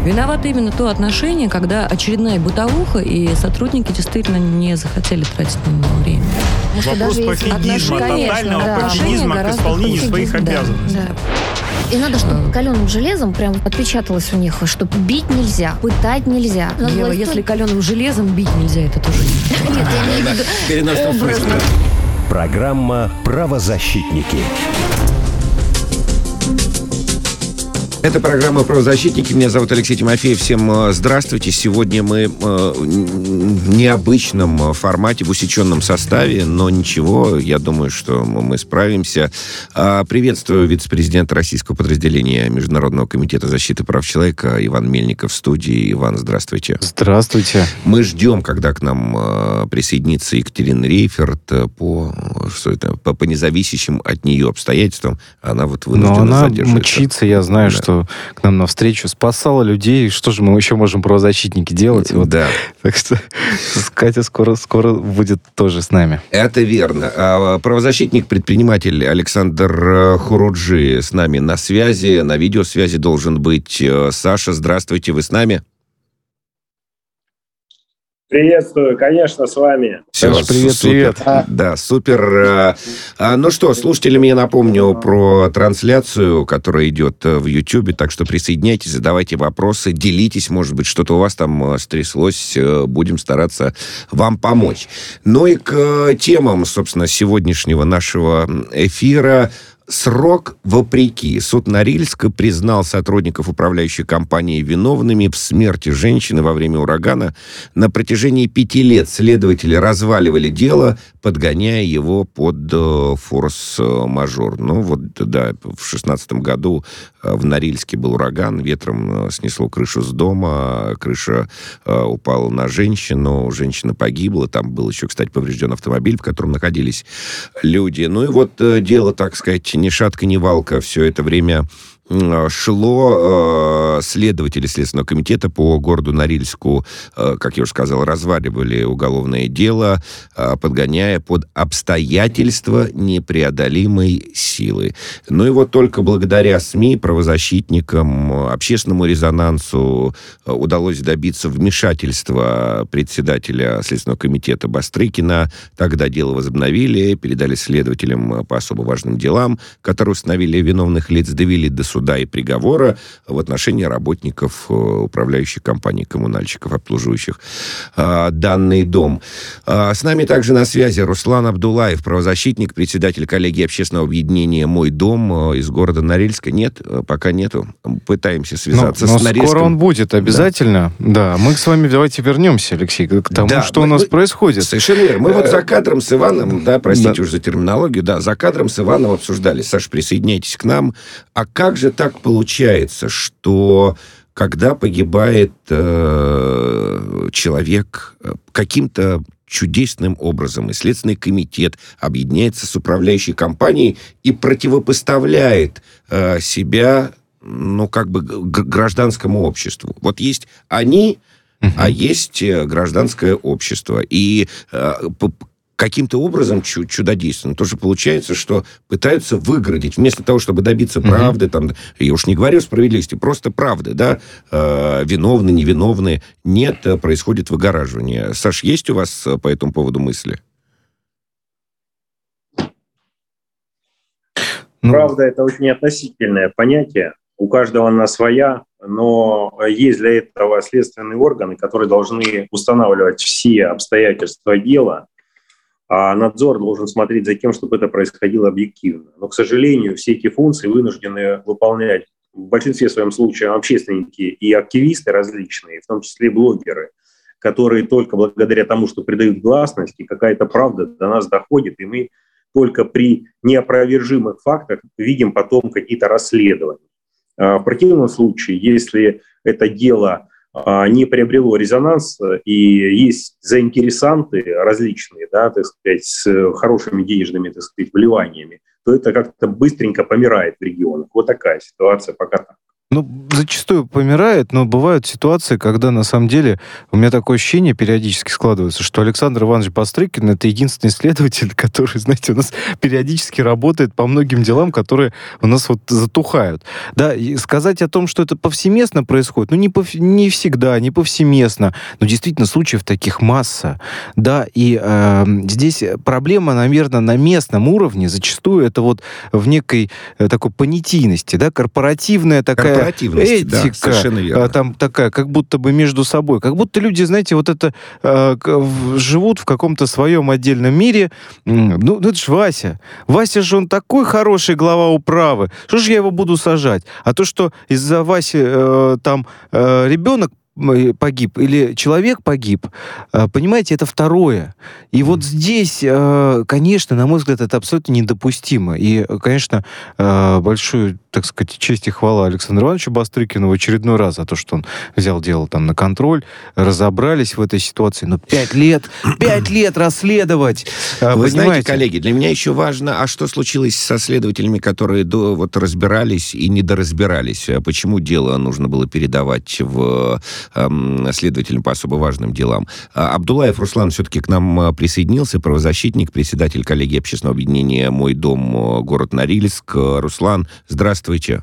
Виновато именно то отношение, когда очередная бытовуха, и сотрудники действительно не захотели тратить на него время. Вопрос пофигизма, тотального пофигизма к исполнению своих обязанностей. И надо, чтобы каленым железом прям отпечаталось у них, что бить нельзя, пытать нельзя. Ева, если каленым железом бить нельзя, это тоже не... Нет, я имею в виду образно. Программа «Правозащитники». Это программа «Правозащитники». Меня зовут Алексей Тимофеев. Всем здравствуйте. Сегодня мы в необычном формате, в усеченном составе, но ничего, я думаю, что мы справимся. Приветствую вице-президента российского подразделения Международного комитета защиты прав человека Иван Мельников в студии. Иван, здравствуйте. Здравствуйте. Мы ждем, когда к нам присоединится Екатерина Рейферт по независящим от нее обстоятельствам. Она вот вынуждена задерживаться. Но она мчится, я знаю, что к нам навстречу спасала людей. Что же мы еще можем правозащитники делать? Вот. Да. Так что Катя скоро будет тоже с нами. Это верно. Правозащитник-предприниматель Александр Хуруджи с нами на связи, на видеосвязи должен быть. Саша, здравствуйте, вы с нами? Приветствую, конечно, с вами. Все, привет. Да, супер. Ну что, слушателям я напомню про трансляцию, которая идет в YouTube, так что присоединяйтесь, задавайте вопросы, делитесь, может быть, что-то у вас там стряслось, будем стараться вам помочь. Ну и к темам, собственно, сегодняшнего нашего эфира. Срок вопреки. Суд Норильска признал сотрудников управляющей компании виновными в смерти женщины во время урагана. На протяжении 5 лет следователи разваливали дело, подгоняя его под форс-мажор. Ну вот, да, в 2016 году в Норильске был ураган, ветром снесло крышу с дома, крыша упала на женщину, женщина погибла, там был еще, кстати, поврежден автомобиль, в котором находились люди. Ну и вот дело, так сказать, ни шатка, ни валка все это время шло. Следователи Следственного комитета по городу Норильску, как я уже сказал, разваливали уголовное дело, подгоняя под обстоятельства непреодолимой силы. Ну и вот только благодаря СМИ, правозащитникам, общественному резонансу удалось добиться вмешательства председателя Следственного комитета Бастрыкина. Тогда дело возобновили, передали следователям по особо важным делам, которые установили виновных лиц, довели до суда и приговора в отношении работников управляющей компании, коммунальщиков, обслуживающих данный дом. С нами также на связи Руслан Абдуллаев, правозащитник, председатель коллегии общественного объединения «Мой дом» из города Норильска. Нет, пока нету. Пытаемся связаться с Норильском. Скоро он будет, обязательно. Да. Мы с вами давайте вернемся, Алексей, к тому, что у нас происходит. Совершенно верно. Мы вот за кадром с Иваном, простите уж за терминологию, за кадром с Иваном обсуждали. Саш, присоединяйтесь к нам. А как же так получается, что когда погибает человек каким-то чудесным образом, и Следственный комитет объединяется с управляющей компанией и противопоставляет себя, гражданскому обществу. Вот есть они, а есть гражданское общество. И каким-то образом чудодейственно тоже получается, что пытаются выгородить, вместо того, чтобы добиться правды, я уж не говорю справедливости, просто правды, да, виновны, невиновны, нет, происходит выгораживание. Саш, есть у вас по этому поводу мысли? Правда, это очень относительное понятие, у каждого она своя, но есть для этого следственные органы, которые должны устанавливать все обстоятельства дела, а надзор должен смотреть за тем, чтобы это происходило объективно. Но, к сожалению, все эти функции вынуждены выполнять в большинстве своем случаев общественники и активисты различные, в том числе и блогеры, которые только благодаря тому, что придают гласность, и какая-то правда до нас доходит, и мы только при неопровержимых фактах видим потом какие-то расследования. В противном случае, если это дело не приобрело резонанс, и есть заинтересанты различные, с хорошими денежными, вливаниями, то это как-то быстренько помирает в регионах. Вот такая ситуация пока так. Зачастую помирает, но бывают ситуации, когда на самом деле у меня такое ощущение периодически складывается, что Александр Иванович Бастрыкин — это единственный следователь, который, знаете, у нас периодически работает по многим делам, которые у нас затухают. Да, и сказать о том, что это повсеместно происходит, не всегда, не повсеместно, но действительно случаев таких масса. Да, и здесь проблема, наверное, на местном уровне зачастую это в некой такой понятийности, да, корпоративная такая этика, да, совершенно верно. Там такая, как будто бы между собой. Как будто люди, знаете, живут в каком-то своем отдельном мире. Это ж Вася. Вася же он такой хороший глава управы. Что же я его буду сажать? А то, что из-за Васи ребенок погиб или человек погиб, понимаете, это второе. И здесь, конечно, на мой взгляд, это абсолютно недопустимо. И, конечно, большую, так сказать, честь и хвала Александру Ивановичу Бастрыкину в очередной раз за то, что он взял дело на контроль, разобрались в этой ситуации. Но 5 лет расследовать. Вы знаете, коллеги, для меня еще важно, а что случилось со следователями, которые разбирались и недоразбирались? Почему дело нужно было передавать следователям по особо важным делам? Абдуллаев Руслан все-таки к нам присоединился, правозащитник, председатель коллегии общественного объединения «Мой дом», город Норильск. Руслан, здравствуйте.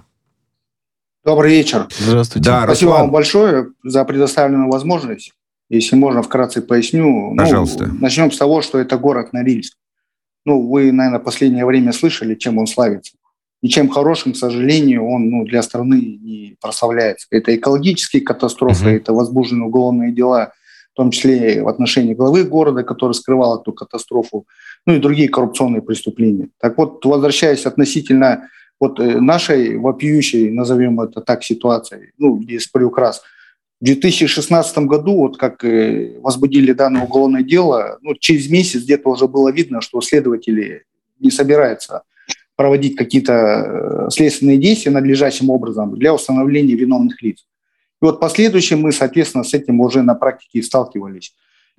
Добрый вечер. Здравствуйте. Да, спасибо вам большое за предоставленную возможность. Если можно, вкратце поясню. Пожалуйста. Начнем с того, что это город Норильск. Вы, наверное, в последнее время слышали, чем он славится. Ничем хорошим, к сожалению, он для страны не прославляется. Это экологические катастрофы, это возбуждены уголовные дела, в том числе в отношении главы города, который скрывал эту катастрофу, и другие коррупционные преступления. Так возвращаясь относительно нашей вопиющей, назовем это так, ситуации, без приукрас, в 2016 году, как возбудили данное уголовное дело, через месяц где-то уже было видно, что следователи не собираются проводить какие-то следственные действия надлежащим образом для установления виновных лиц. И в последующем мы, соответственно, с этим уже на практике сталкивались.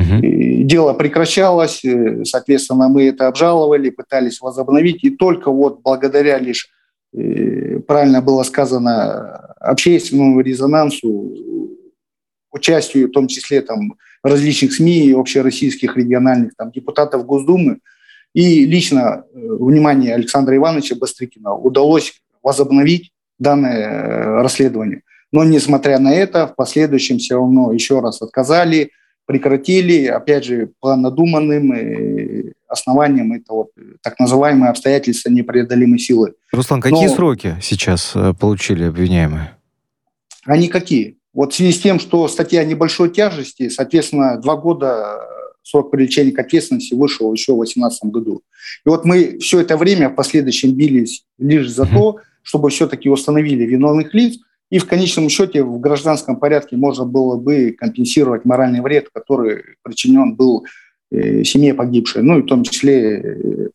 Дело прекращалось, соответственно, мы это обжаловали, пытались возобновить, и только благодаря лишь, правильно было сказано, общественному резонансу, участию, в том числе различных СМИ, общероссийских, региональных депутатов Госдумы, и лично внимание Александра Ивановича Бастрыкина удалось возобновить данное расследование. Но, несмотря на это, в последующем все равно еще раз отказали, прекратили, опять же, по надуманным основаниям, это так называемые обстоятельства непреодолимой силы. Руслан, какие сроки сейчас получили обвиняемые? А никакие. В связи с тем, что статья небольшой тяжести, соответственно, 2 года срок привлечения к ответственности вышел еще в 2018 году. И мы все это время в последующем бились лишь за то, чтобы все-таки установили виновных лиц, и в конечном счете в гражданском порядке можно было бы компенсировать моральный вред, который причинен был семье погибшей, в том числе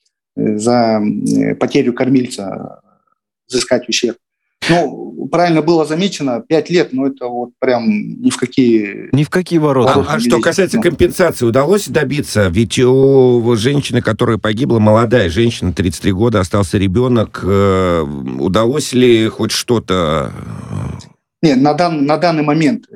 за потерю кормильца взыскать ущерб. Правильно было замечено, 5 лет, но это прям ни в какие ворота. А что касается компенсации, удалось добиться? Ведь у женщины, которая погибла, молодая женщина, 33 года, остался ребенок. Удалось ли хоть что-то? Нет, на данный момент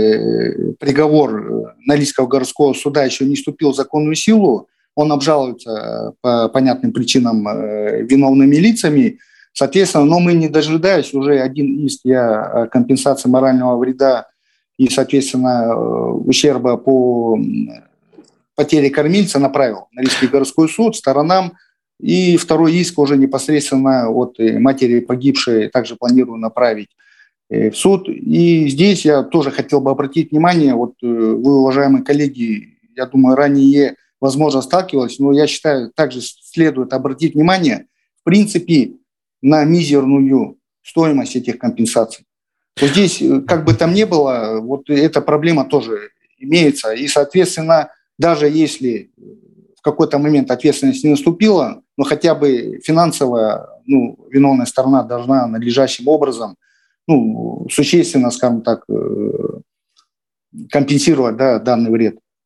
приговор Норильского городского суда еще не вступил в законную силу. Он обжалуется по понятным причинам виновными лицами. Соответственно, но мы не дожидаясь, уже один иск о компенсации морального вреда и, соответственно, ущерба по потере кормильца направил Норильский городской суд сторонам. И второй иск уже непосредственно от матери погибшей также планирую направить в суд. И здесь я тоже хотел бы обратить внимание, вы, уважаемые коллеги, я думаю, ранее, возможно, сталкивались, но я считаю, также следует обратить внимание, в принципе, на мизерную стоимость этих компенсаций. Здесь, как бы там ни было, эта проблема тоже имеется. И, соответственно, даже если в какой-то момент ответственность не наступила, но хотя бы финансово виновная сторона должна надлежащим образом существенно, скажем так, компенсировать данный вред.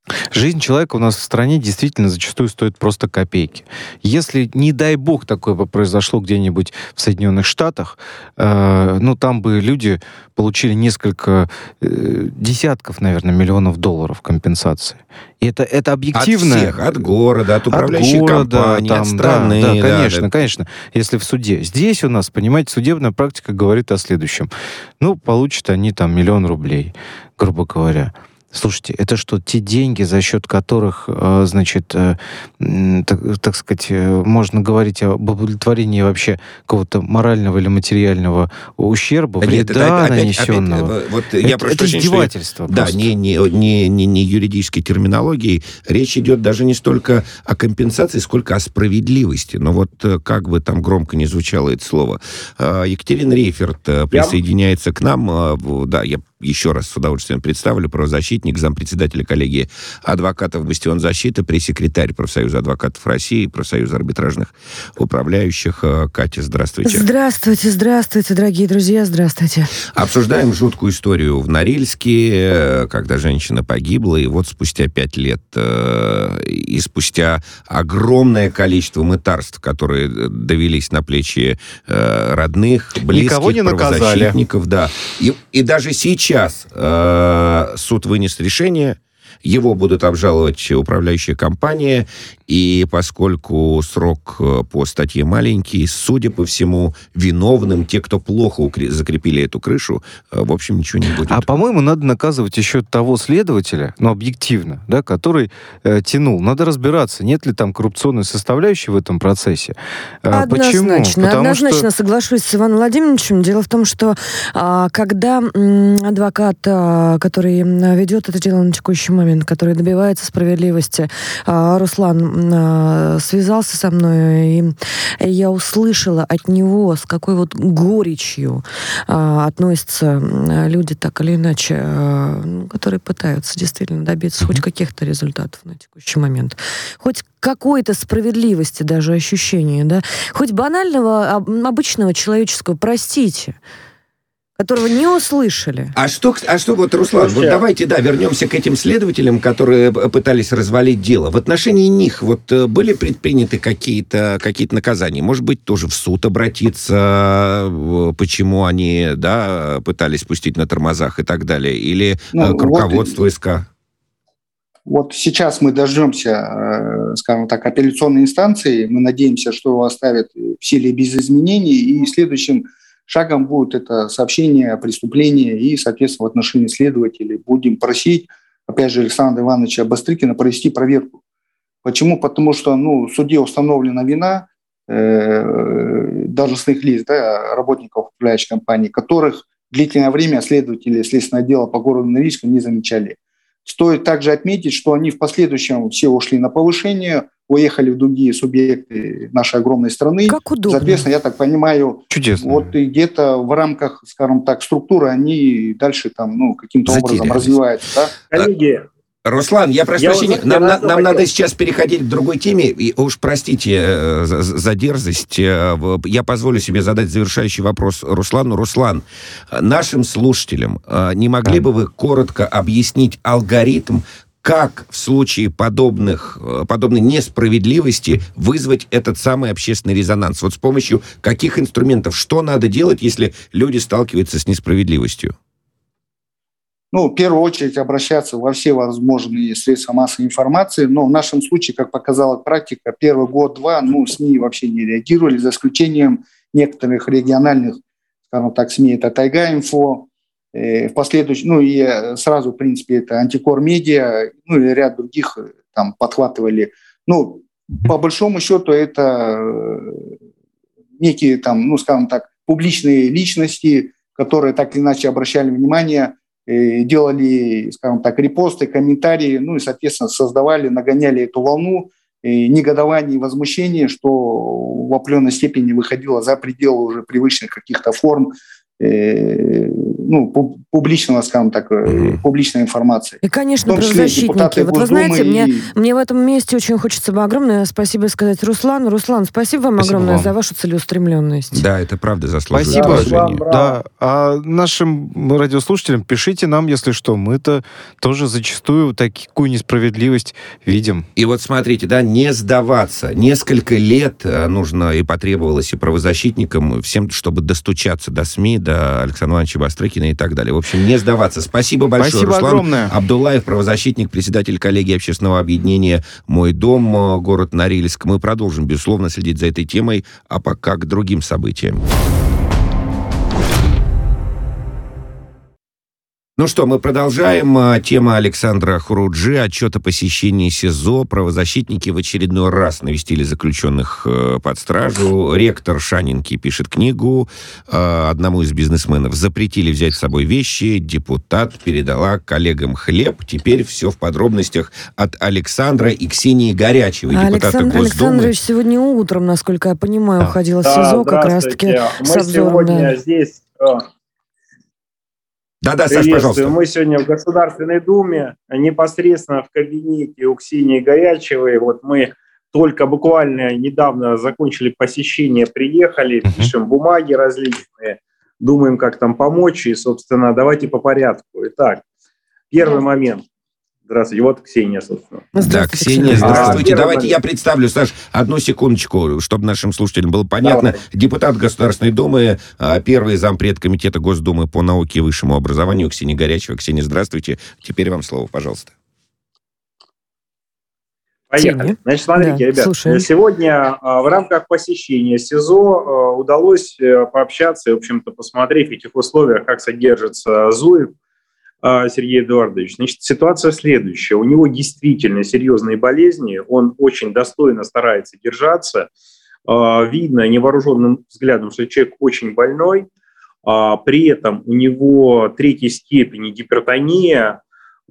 Жизнь человека у нас в стране действительно зачастую стоит просто копейки. Если, не дай бог, такое бы произошло где-нибудь в Соединенных Штатах, там бы люди получили несколько десятков, наверное, миллионов долларов компенсации. И это объективно. От всех, от города, от управляющей компании, от страны. Да, конечно, если в суде. Здесь у нас, понимаете, судебная практика говорит о следующем. Получат они там 1 000 000 рублей, грубо говоря. Слушайте, это что, те деньги, за счет которых, так сказать, можно говорить об удовлетворении вообще какого-то морального или материального ущерба, вреда нанесенного? Это издевательство. Да, не юридической терминологией. Речь идет даже не столько о компенсации, сколько о справедливости. Но как бы там громко не звучало это слово. Екатерина Рейферт присоединяется к нам. Да, я еще раз с удовольствием представлю, правозащитник, зампредседателя коллегии адвокатов «Бастион защиты», пресс-секретарь профсоюза адвокатов России, профсоюза арбитражных управляющих. Катя, здравствуйте. Здравствуйте, дорогие друзья, здравствуйте. Обсуждаем жуткую историю в Норильске, когда женщина погибла, и спустя 5 лет и спустя огромное количество мытарств, которые довелись на плечи родных, близких, правозащитников, да. И даже сейчас суд вынес решение, его будут обжаловать управляющая компания, и поскольку срок по статье маленький, судя по всему, виновным те, кто плохо закрепили эту крышу, в общем, ничего не будет. А, по-моему, надо наказывать еще того следователя, объективно, да, который тянул. Надо разбираться, нет ли там коррупционной составляющей в этом процессе. Однозначно. Почему? Однозначно соглашусь с Иваном Владимировичем. Дело в том, что когда адвокат, который ведет это дело на текущий момент, который добивается справедливости, Руслан связался со мной, и я услышала от него, с какой горечью относятся люди так или иначе, которые пытаются действительно добиться хоть каких-то результатов на текущий момент. Хоть какой-то справедливости даже ощущения, да? Хоть банального, обычного человеческого «простите», которого не услышали. А что Руслан, давайте, вернемся к этим следователям, которые пытались развалить дело. В отношении них были предприняты какие-то наказания? Может быть, тоже в суд обратиться, почему они, пытались пустить на тормозах и так далее? Или к руководству СК? Сейчас мы дождемся, скажем так, апелляционной инстанции. Мы надеемся, что его оставят в силе без изменений, и следующим шагом будет это сообщение о преступлении, и, соответственно, в отношении следователей будем просить, опять же, Александра Ивановича Бастрыкина провести проверку. Почему? Потому что в суде установлена вина должностных лиц, работников управляющей компании, которых длительное время следователи следственного отдела по городу Норильску не замечали. Стоит также отметить, что они в последующем все ушли на повышение, уехали в другие субъекты нашей огромной страны. Как удобно. Соответственно, я так понимаю, чудесно. И где-то в рамках, скажем так, структуры они дальше там, каким-то образом развиваются. Да? Коллеги, Руслан, я прошу прощения, нам надо сейчас переходить к другой теме. И уж простите за дерзость. Я позволю себе задать завершающий вопрос Руслану. Руслан, нашим слушателям не могли бы вы коротко объяснить алгоритм, как в случае подобной несправедливости вызвать этот самый общественный резонанс? С помощью каких инструментов? Что надо делать, если люди сталкиваются с несправедливостью? В первую очередь обращаться во все возможные средства массовой информации, но в нашем случае, как показала практика, первый год-два СМИ вообще не реагировали, за исключением некоторых региональных, скажем так, СМИ, это Тайга-Инфо, в последующем, и сразу, в принципе, это Антикор Медиа, и ряд других там подхватывали. По большому счету, это некие там, скажем так, публичные личности, которые так или иначе обращали внимание, делали, скажем так, репосты, комментарии, и, соответственно, создавали, нагоняли эту волну негодования и возмущения, что в определенной степени выходило за пределы уже привычных каких-то форм публичного, скажем так, публичной информации. И, конечно, правозащитники. Вот вы знаете, мне в этом месте очень хочется бы огромное спасибо сказать Руслану. Руслан, спасибо вам огромное за вашу целеустремленность. Да, это правда заслуживает уважения. Да, а нашим радиослушателям пишите нам, если что. Мы-то тоже зачастую такую несправедливость видим. И вот смотрите, да, не сдаваться. Несколько лет нужно и потребовалось и правозащитникам, всем, чтобы достучаться до СМИ, до Александра Ивановича Бастрыкина и так далее. В общем, не сдаваться. Спасибо большое. Спасибо Руслан огромное. Абдуллаев, правозащитник, председатель коллегии общественного объединения «Мой дом», город Норильск. Мы продолжим, безусловно, следить за этой темой, а пока к другим событиям. Ну что, мы продолжаем. Тема Александра Хуруджи. Отчет о посещении СИЗО. Правозащитники в очередной раз навестили заключенных под стражу. Ректор Шанинки пишет книгу. Одному из бизнесменов запретили взять с собой вещи. Депутат передала коллегам хлеб. Теперь все в подробностях от Александра и Ксении Горячевой, депутата Госдумы. Александрович сегодня утром, насколько я понимаю, уходил в СИЗО как раз-таки с обзором. Мы сегодня здесь... Да, Саш, пожалуйста. Мы сегодня в Государственной Думе, непосредственно в кабинете у Ксении Горячевой. Вот мы только буквально недавно закончили посещение, приехали, пишем бумаги различные, думаем, как там помочь. И, собственно, давайте по порядку. Итак, первый момент. Здравствуйте. Вот Ксения, собственно. Да, Ксения, здравствуйте. Давайте я представлю, Саш, одну секундочку, чтобы нашим слушателям было понятно. Давай. Депутат Государственной Думы, первый зампред комитета Госдумы по науке и высшему образованию Ксения Горячева. Ксения, здравствуйте. Теперь вам слово, пожалуйста. Поехали. Значит, смотрите, ребят, сегодня в рамках посещения СИЗО удалось пообщаться и, в общем-то, посмотреть в этих условиях, как содержится Зуев Сергей Эдуардович. Значит, ситуация следующая. У него действительно серьезные болезни, он очень достойно старается держаться. Видно невооруженным взглядом, что человек очень больной. При этом у него 3-й степени гипертония,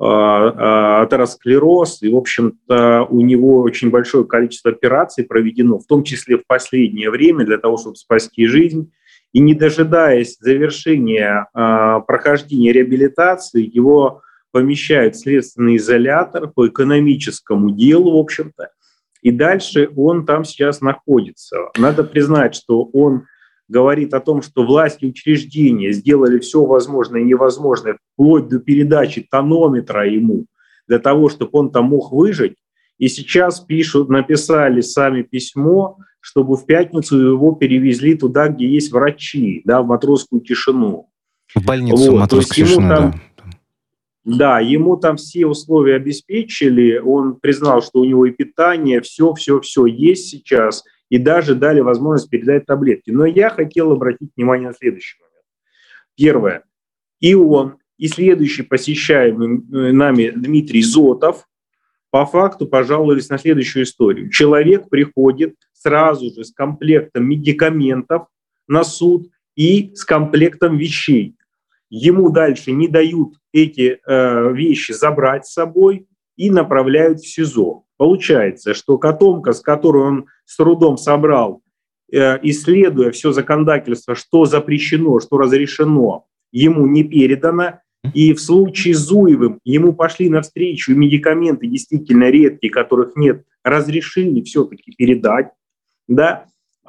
атеросклероз, и, в общем-то, у него очень большое количество операций проведено, в том числе в последнее время, для того, чтобы спасти жизнь. И не дожидаясь завершения прохождения реабилитации, его помещают в следственный изолятор по экономическому делу, в общем-то, и дальше он там сейчас находится. Надо признать, что он говорит о том, что власти учреждения сделали все возможное и невозможное, вплоть до передачи тонометра ему, для того, чтобы он там мог выжить. И сейчас написали сами письмо, чтобы в пятницу его перевезли туда, где есть врачи, да, в Матросскую тишину. В больницу Матросскую тишину, да. Да, ему там все условия обеспечили, он признал, что у него и питание, все есть сейчас, и даже дали возможность передать таблетки. Но я хотел обратить внимание на следующий момент. Первое. И он, и следующий посещаемый нами Дмитрий Зотов по факту пожаловались на следующую историю. Человек приходит сразу же с комплектом медикаментов на суд и с комплектом вещей. Ему дальше не дают эти вещи забрать с собой и направляют в СИЗО. Получается, что котомка, с которой он с трудом собрал, исследуя все законодательство, что запрещено, что разрешено, ему не передано. И в случае с Зуевым ему пошли навстречу, и медикаменты действительно редкие, которых нет, разрешили все-таки передать. Да?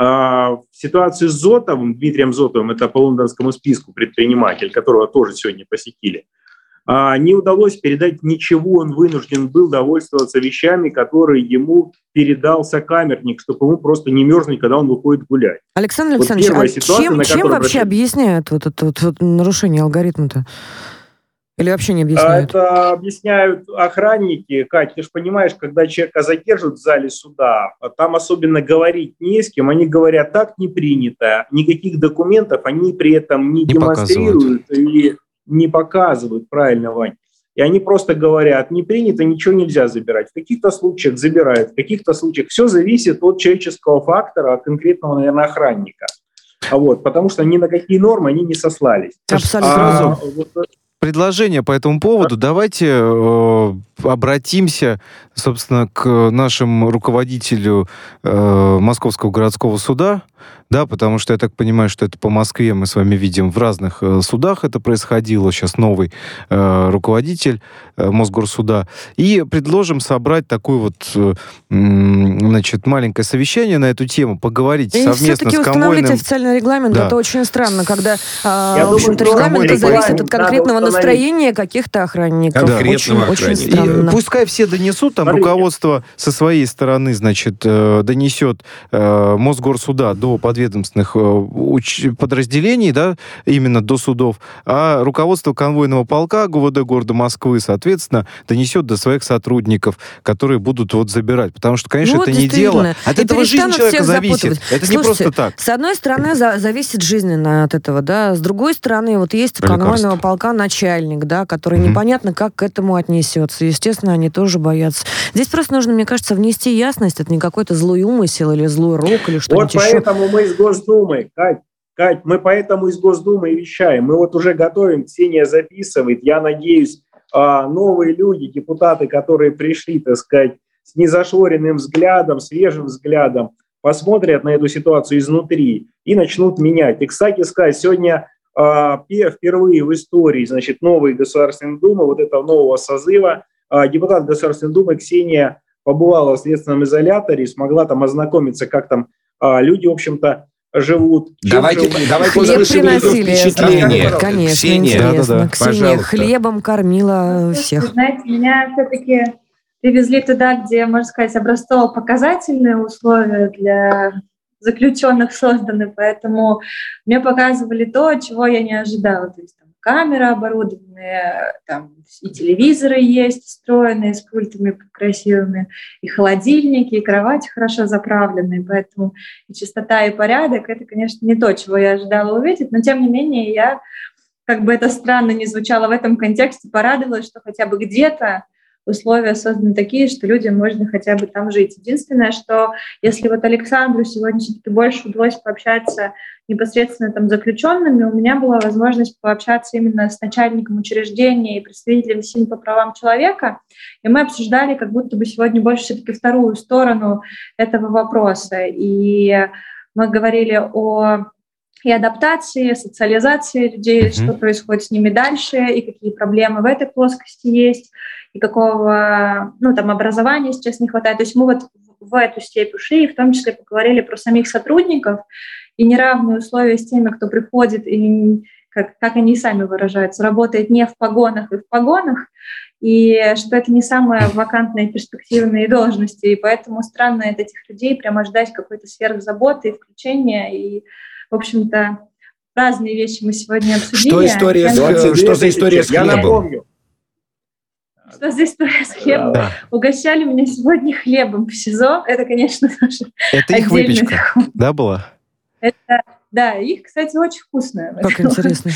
В ситуации с Зотовым, Дмитрием Зотовым, это по лондонскому списку предприниматель, которого тоже сегодня посетили, не удалось передать ничего, он вынужден был довольствоваться вещами, которые ему передал сокамерник, чтобы ему просто не мерзнуть, когда он выходит гулять. Александр Александрович, чем вообще объясняют вот это нарушение алгоритма-то? Или вообще не объясняют? Это объясняют охранники. Кать, ты же понимаешь, когда человека задержат в зале суда, там особенно говорить не с кем. Они говорят, так не принято. Никаких документов они при этом не демонстрируют и не показывают. Правильно, Вань. И они просто говорят, не принято, ничего нельзя забирать. В каких-то случаях забирают, в каких-то случаях. Все зависит от человеческого фактора, от конкретного, наверное, охранника. Потому что ни на какие нормы они не сослались. Абсолютно. Предложение по этому поводу. Давайте обратимся, собственно, к нашему руководителю Московского городского суда, да, потому что я так понимаю, что это по Москве мы с вами видим в разных судах это происходило. Сейчас новый руководитель Мосгорсуда. И предложим собрать такое вот, значит, маленькое совещание на эту тему, поговорить и совместно все-таки с установить конвойным... официальный регламент. Да. Это очень странно, когда, думаю, в общем-то, что регламент зависит от конкретного надо установить. настроения каких-то охранников. Конкретного Очень охранника. странно. И пускай все донесут, там Смотрите. руководство со своей стороны, значит, донесет Мосгорсуда до подведомственных подразделений, да, именно до судов, а руководство конвойного полка ГУВД города Москвы, соответственно, донесет до своих сотрудников, которые будут вот забирать. Потому что, конечно, Ну, это вот не дело. От И этого жизнь перестанут человека всех зависит. запутывать. Это не Слушайте, просто так. С одной стороны, зависит жизненно от этого, да. С другой стороны, вот есть у конвойного полка начальник, да, который непонятно, как к этому отнесется. Естественно, они тоже боятся. Здесь просто нужно, мне кажется, внести ясность. Это не какой-то злой умысел или злой рок или что-нибудь Вот еще. поэтому мы из Госдумы, Кать, мы поэтому из Госдумы и вещаем. Мы вот уже готовим, Ксения записывает. Я надеюсь, новые люди, депутаты, которые пришли, так сказать, с незашоренным взглядом, свежим взглядом, посмотрят на эту ситуацию изнутри и начнут менять. И, кстати сказать, сегодня впервые в истории, значит, новой Государственной Думы, вот этого нового созыва, депутат Государственной Думы Ксения побывала в следственном изоляторе и смогла там ознакомиться, как там люди, в общем-то, живут. Давайте Хлеб услышим ее приносили, впечатление. конечно, Ксения, интересно. да-да-да. Ксения Пожалуйста. хлебом кормила всех. Знаете, меня все-таки привезли туда, где, можно сказать, образцово-показательные условия для заключенных созданы, поэтому мне показывали то, чего я не ожидала. То есть там камеры оборудованные, там и телевизоры есть встроенные с пультами красивыми, и холодильники, и кровати хорошо заправленные, поэтому и чистота, и порядок — это, конечно, не то, чего я ожидала увидеть, но тем не менее я, как бы это странно ни звучало в этом контексте, порадовалась, что хотя бы где-то условия созданы такие, что людям можно хотя бы там жить. Единственное, что если вот Александру сегодня все-таки больше удалось пообщаться непосредственно там с заключенными, у меня была возможность пообщаться именно с начальником учреждения и представителем СИН по правам человека, и мы обсуждали как будто бы сегодня больше все-таки вторую сторону этого вопроса. И мы говорили о и адаптации, социализации людей, что происходит с ними дальше, и какие проблемы в этой плоскости есть, и какого, там, образования сейчас не хватает. То есть мы вот в эту степь ушли, и в том числе поговорили про самих сотрудников, и неравные условия с теми, кто приходит, и как они сами выражаются, работает не в погонах и в погонах, и что это не самые вакантные перспективные должности, и поэтому странно от этих людей прямо ждать какой-то сверхзаботы и включения, и в общем-то, разные вещи мы сегодня обсудили. Что за история с Я хлебом? напомню. Что за история с хлебом? Да. Угощали меня сегодня хлебом в СИЗО. Это, конечно, тоже Это их выпечка, да, была? Да, их, кстати, очень вкусно. Как интересно.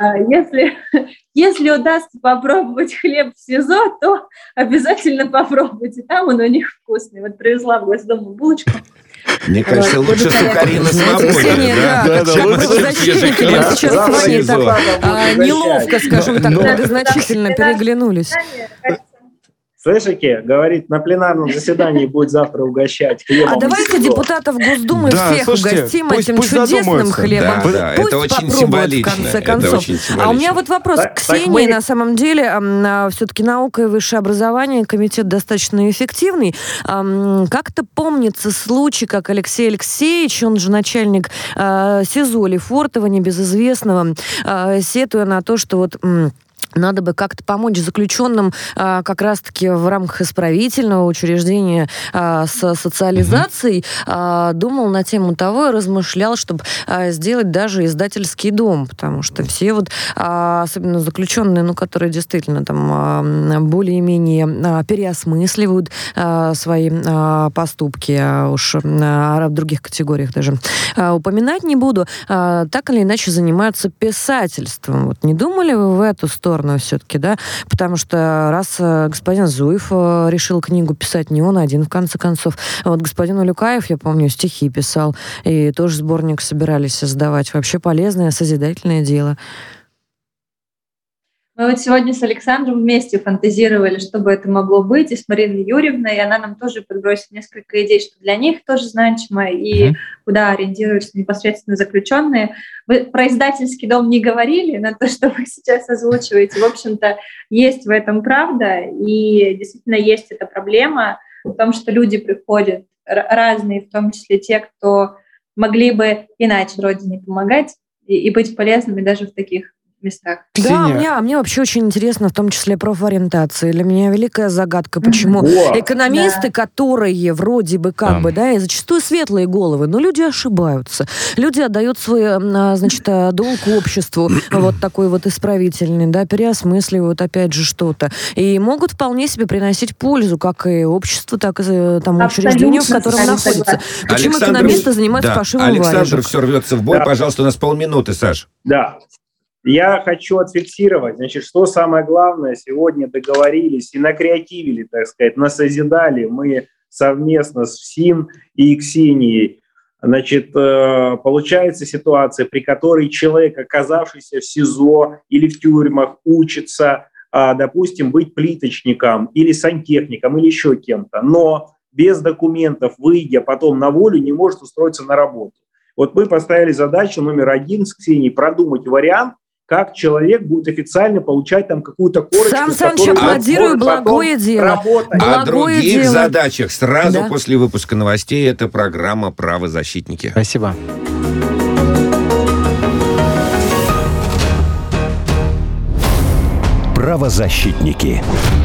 Если удастся попробовать хлеб в СИЗО, то обязательно попробуйте. Там он у них вкусный. Вот привезла в Госдуму булочку. Мне кажется, лучше сухари на свободе. Ксения, да, как правозащитники нам сейчас с вами так неловко, скажем так, многозначительно переглянулись. Слышите, говорит, на пленарном заседании будет завтра угощать хлебом. А давайте депутатов Госдумы всех угостим этим чудесным хлебом. Да, Пусть это очень попробуют, символично. в конце концов. А у меня вот вопрос к Ксении. На самом деле, все-таки наука и высшее образование, комитет достаточно эффективный. Как-то помнится случай, как Алексей Алексеевич, он же начальник СИЗО Лефортово, небезызвестного, сетуя на то, что вот... Надо бы как-то помочь заключенным как раз-таки в рамках исправительного учреждения с социализацией. Думал на тему того и размышлял, чтобы сделать даже издательский дом, потому что все вот, особенно заключенные, которые действительно там более-менее переосмысливают свои поступки, уж в других категориях даже упоминать не буду, так или иначе занимаются писательством. Вот не думали вы в эту сторону все-таки, да? Потому что раз господин Зуев решил книгу писать, не он один, в конце концов. Вот господин Улюкаев, я помню, стихи писал, и тоже сборник собирались создавать. Вообще полезное, созидательное дело. Мы вот сегодня с Александром вместе фантазировали, что бы это могло быть, и с Мариной Юрьевной, и она нам тоже подбросила несколько идей, что для них тоже значимо, и куда ориентируются непосредственно заключенные. Вы про издательский дом не говорили, на то, что вы сейчас озвучиваете. В общем-то, есть в этом правда, и действительно есть эта проблема в том, что люди приходят разные, в том числе те, кто могли бы иначе Родине помогать и быть полезными даже в таких местах. Да, мне вообще очень интересно, в том числе профориентация. Для меня великая загадка, почему экономисты, которые вроде бы как бы, да, и зачастую светлые головы, но люди ошибаются. Люди отдают свой, значит, долг обществу, вот такой вот исправительный, да, переосмысливают опять же что-то. И могут вполне себе приносить пользу, как и обществу, так и тому учреждению, в котором находится. Почему экономисты занимаются пошивом варежек? Александр все рвется в бой. Пожалуйста, у нас полминуты, Саш. Да. Я хочу отфиксировать, значит, что самое главное, сегодня договорились и накреативили, так сказать, насозидали мы совместно с ФСИН и Ксенией. Значит, получается ситуация, при которой человек, оказавшийся в СИЗО или в тюрьмах, учится, допустим, быть плиточником или сантехником или еще кем-то, но без документов, выйдя потом на волю, не может устроиться на работу. Вот мы поставили задачу номер 1 с Ксенией продумать вариант, как человек будет официально получать там какую-то корочку. Сан Саныч, аплодирую, благое дело. О других задачах сразу после выпуска новостей. Это программа «Правозащитники». Спасибо. Правозащитники.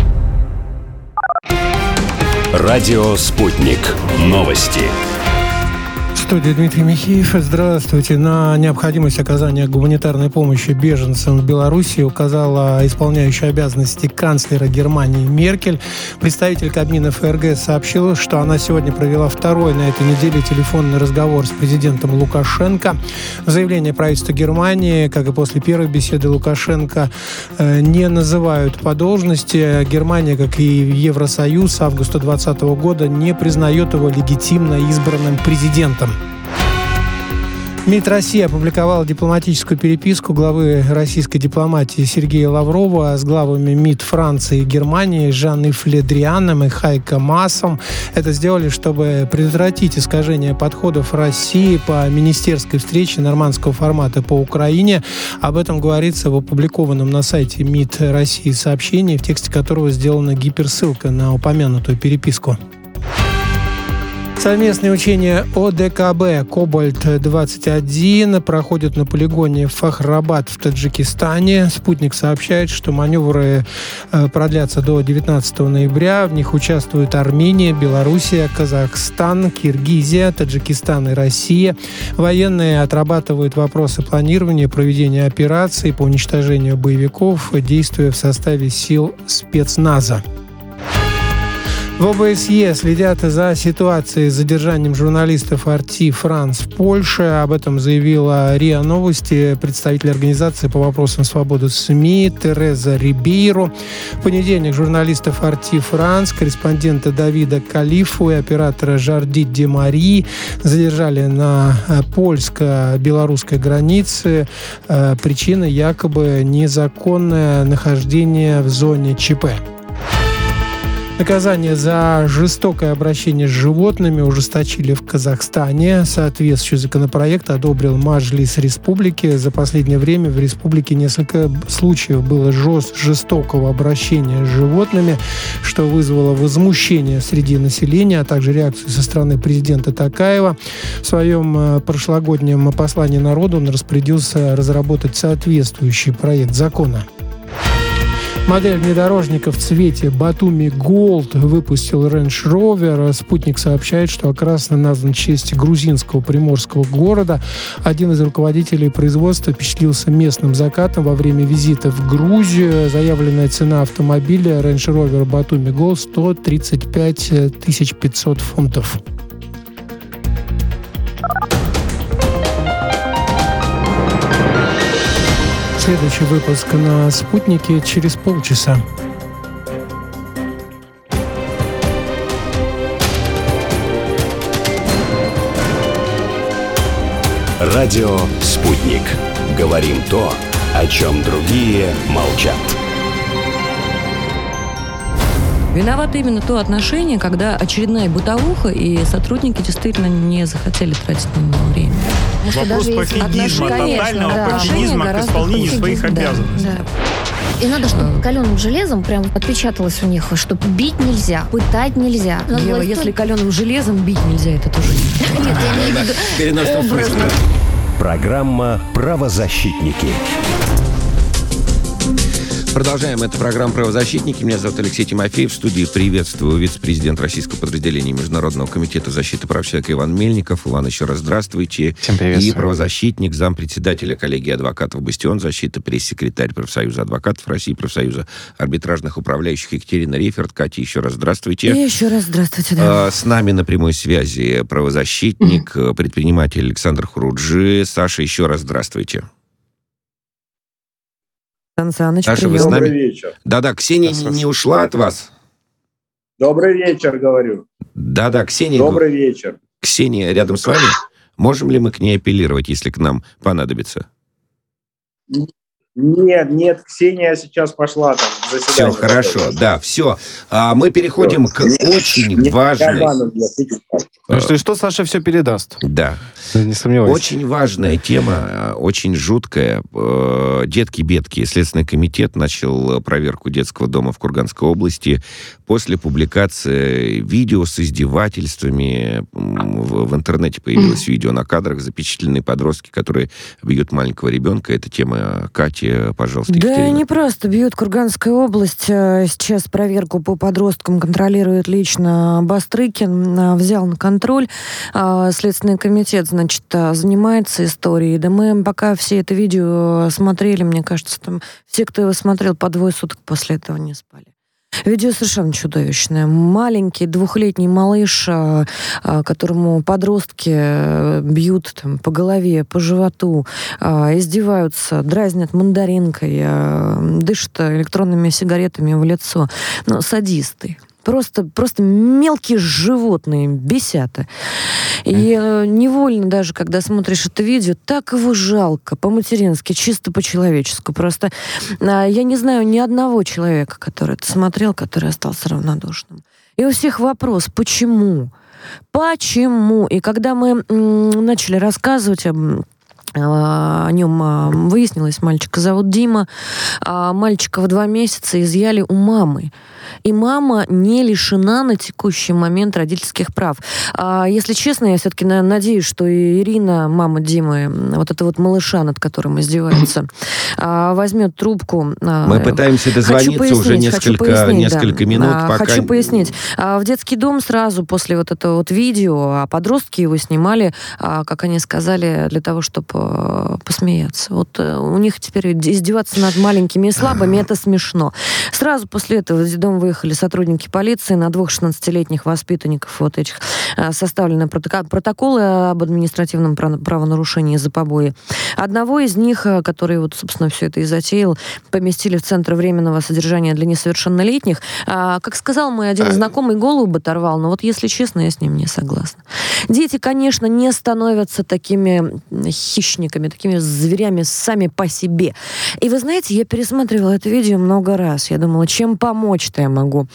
Радио «Спутник». Новости. В студии Дмитрий Михеев. Здравствуйте. На необходимость оказания гуманитарной помощи беженцам в Беларуси указала исполняющая обязанности канцлера Германии Меркель. Представитель Кабмина ФРГ сообщил, что она сегодня провела второй на этой неделе телефонный разговор с президентом Лукашенко. В заявлении правительства Германии, как и после первой беседы Лукашенко, не называют по должности. Германия, как и Евросоюз, с августа 2020 года не признает его легитимно избранным президентом. МИД России опубликовал дипломатическую переписку главы российской дипломатии Сергея Лаврова с главами МИД Франции и Германии Жан-Ив Ле Дрианом и Хайко Маасом. Это сделали, чтобы предотвратить искажение подходов России по министерской встрече нормандского формата по Украине. Об этом говорится в опубликованном на сайте МИД России сообщении, в тексте которого сделана гиперссылка на упомянутую переписку. Совместные учения ОДКБ «Кобальт-21» проходят на полигоне Фахрабад в Таджикистане. «Спутник» сообщает, что маневры продлятся до 19 ноября. В них участвуют Армения, Белоруссия, Казахстан, Киргизия, Таджикистан и Россия. Военные отрабатывают вопросы планирования и проведения операций по уничтожению боевиков, действуя в составе сил спецназа. В ОБСЕ следят за ситуацией с задержанием журналистов RT France в Польше. Об этом заявила РИА Новости представитель организации по вопросам свободы СМИ Тереза Рибейро. В понедельник журналистов RT France, корреспондента Давида Калифу и оператора Жарди Де Мари задержали на польско-белорусской границе. Причина якобы незаконное нахождение в зоне ЧП. Наказание за жестокое обращение с животными ужесточили в Казахстане. Соответствующий законопроект одобрил Маджлис Республики. За последнее время в республике несколько случаев было жестокого обращения с животными, что вызвало возмущение среди населения, а также реакцию со стороны президента Токаева. В своем прошлогоднем послании народу он распорядился разработать соответствующий проект закона. Модель внедорожника в цвете Батуми Gold выпустил Range Rover. «Спутник» сообщает, что окрасно назван в честь грузинского приморского города. один из руководителей производства впечатлился местным закатом во время визита в Грузию. Заявленная цена автомобиля Range Rover Batumi Gold 135 500 фунтов. Следующий выпуск на «Спутнике» через полчаса. Радио «Спутник». Говорим то, О чем другие молчат. Виновато именно то отношение, когда очередная бытовуха, и сотрудники действительно не захотели тратить на него время. Вопрос пофигизма, тотального пофигизма к исполнению своих обязанностей. И надо, чтобы каленым железом прям отпечаталось у них, что бить нельзя, пытать нельзя. Ева, если каленым железом бить нельзя, это тоже не. Нет, я имею в виду образно. Программа «Правозащитники». Продолжаем. Это программа «Правозащитники». Меня зовут Алексей Тимофеев. В студии приветствую вице-президент Российского подразделения Международного комитета защиты прав человека Иван Мельников. Иван, еще раз здравствуйте. Всем привет. И правозащитник, зампредседателя коллегии адвокатов «Бастион защиты», пресс-секретарь профсоюза адвокатов России, профсоюза арбитражных управляющих Екатерина Рейферт. Катя, еще раз здравствуйте. И еще раз здравствуйте. Да. С нами на прямой связи правозащитник, предприниматель Александр Хуруджи. Саша, еще раз здравствуйте. Саша, вы с нами? Добрый вечер. Да-да, Ксения не ушла от вас? Добрый вечер, говорю. Да-да, Ксения. Добрый вечер. Ксения рядом с вами? Можем ли мы к ней апеллировать, если к нам понадобится? Нет, Ксения сейчас пошла там в заседание. Все, хорошо, да, все. Мы переходим к очень важной... Что Саша все передаст. Да. Не сомневайся. Очень важная тема, очень жуткая. Детки-бедки. Следственный комитет начал проверку детского дома в Курганской области после публикации видео с издевательствами. В интернете появилось видео на кадрах, запечатленные подростки, которые бьют маленького ребенка. Это тема Кати, пожалуйста, Екатерина. Да, не просто бьют. Курганская область сейчас проверку по подросткам контролирует лично Бастрыкин. Взял на контроль. Следственный комитет, значит, занимается историей. Да мы пока все это видео смотрели, мне кажется, там все, кто его смотрел, по 2 суток после этого не спали. Видео совершенно чудовищное. Маленький 2-летний малыш, которому подростки бьют там, по голове, по животу, издеваются, дразнят мандаринкой, дышат электронными сигаретами в лицо. Ну, садисты. Просто мелкие животные, бесята. И невольно даже, когда смотришь это видео, так его жалко, по-матерински, чисто по-человечески. Просто я не знаю ни одного человека, который это смотрел, который остался равнодушным. И у всех вопрос, почему? Почему? И когда мы начали рассказывать о нем, выяснилось, мальчика зовут Дима, мальчика в 2 месяца изъяли у мамы. И мама не лишена на текущий момент родительских прав. Если честно, я все-таки надеюсь, что и Ирина, мама Димы, вот это вот малыша, над которым издеваются, возьмет трубку. Мы пытаемся дозвониться уже несколько минут. Пока... Хочу пояснить. В детский дом сразу после вот этого вот видео, а подростки его снимали, как они сказали, для того, чтобы посмеяться. Вот у них теперь издеваться над маленькими и слабыми, это смешно. Сразу после этого в дом выехали сотрудники полиции, на 2 16-летних воспитанников вот этих составлены протоколы об административном правонарушении за побои. Одного из них, который вот, собственно, все это и затеял, поместили в Центр временного содержания для несовершеннолетних. Как сказал мой один знакомый, голову оторвал, но вот, если честно, я с ним не согласна. Дети, конечно, не становятся такими хищниками, такими зверями сами по себе. И вы знаете, я пересматривала это видео много раз. Я думала, чем помочь-то я могу.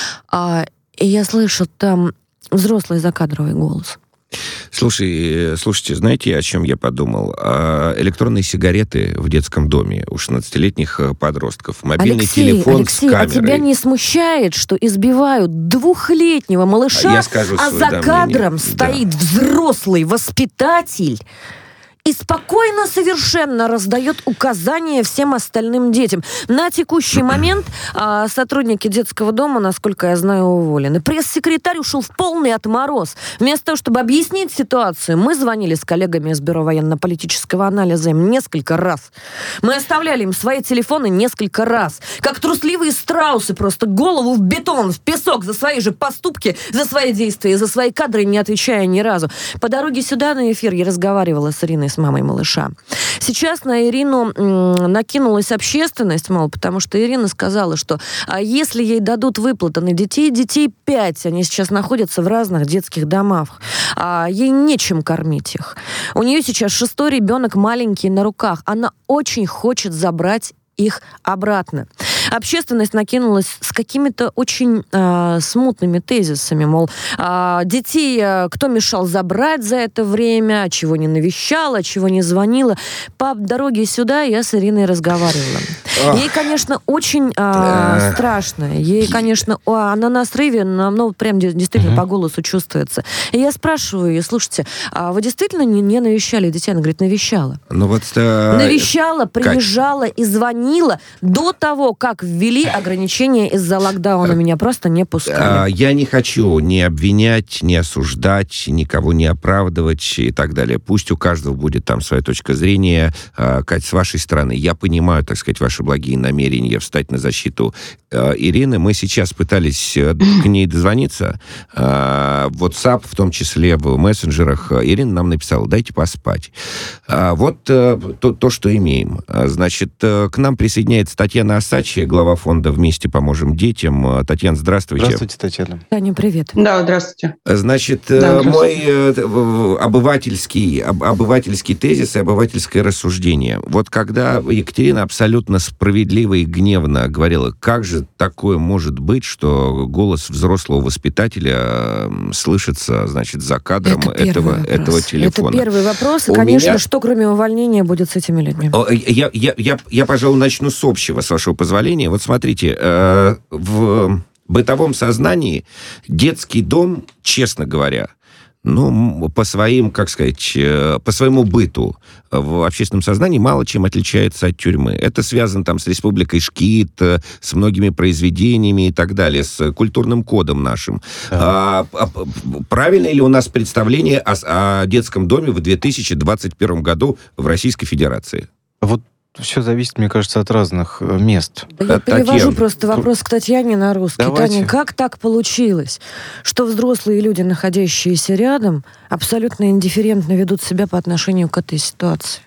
И я слышу там взрослый закадровый голос. Слушайте, знаете, о чем я подумал? Электронные сигареты в детском доме у 16-летних подростков, мобильный телефон с камерой. А тебя не смущает, что избивают 2-летнего малыша, за кадром стоит взрослый воспитатель и спокойно совершенно раздает указания всем остальным детям. На текущий момент сотрудники детского дома, насколько я знаю, уволены. Пресс-секретарь ушел в полный отмороз. Вместо того, чтобы объяснить ситуацию, мы звонили с коллегами из Бюро военно-политического анализа им несколько раз. Мы оставляли им свои телефоны несколько раз. Как трусливые страусы, просто голову в бетон, в песок за свои же поступки, за свои действия, за свои кадры, не отвечая ни разу. По дороге сюда на эфир я разговаривала с Ириной с мамой малыша. Сейчас на Ирину накинулась общественность, мол, потому что Ирина сказала, что если ей дадут выплаты на детей 5, они сейчас находятся в разных детских домах, ей нечем кормить их. У нее сейчас 6-й ребенок маленький на руках. Она очень хочет забрать их обратно. Общественность накинулась с какими-то очень смутными тезисами, мол, детей кто мешал забрать за это время, чего не навещала, чего не звонила. По дороге сюда я с Ириной разговаривала. Ей, конечно, очень страшно. Ей, конечно, она на срыве, но прям действительно по голосу чувствуется. И я спрашиваю ее, слушайте, вы действительно не навещали детей? Она говорит, навещала. Навещала, приезжала и звонила до того, как ввели ограничения из-за локдауна. Меня просто не пускали. Я не хочу ни обвинять, ни осуждать, никого не оправдывать и так далее. Пусть у каждого будет там своя точка зрения. Кать, с вашей стороны, я понимаю, так сказать, ваши благие намерения встать на защиту Ирины. Мы сейчас пытались к ней дозвониться. В WhatsApp, в том числе в мессенджерах, Ирина нам написала, дайте поспать. Вот то, что имеем. Значит, к нам присоединяется Татьяна Осадчая, глава фонда «Вместе поможем детям». Татьяна, здравствуйте. Здравствуйте, Татьяна. Таня, привет. Да, здравствуйте. Значит, мой обывательский тезис и обывательское рассуждение. Вот когда Екатерина абсолютно справедливо и гневно говорила, как же такое может быть, что голос взрослого воспитателя слышится, значит, за кадром этого телефона. Это первый вопрос. И, конечно, что кроме увольнения будет с этими людьми? Я, пожалуй, начну с общего, с вашего позволения. Вот смотрите, в бытовом сознании детский дом, честно говоря, по своему быту в общественном сознании мало чем отличается от тюрьмы. Это связано там с Республикой Шкит, с многими произведениями и так далее, с культурным кодом нашим. Правильно ли у нас представление о детском доме в 2021 году в Российской Федерации? Вот все зависит, мне кажется, от разных мест. Да я перевожу просто вопрос к Татьяне на русский. Давайте. Таня, как так получилось, что взрослые люди, находящиеся рядом, абсолютно индифферентно ведут себя по отношению к этой ситуации?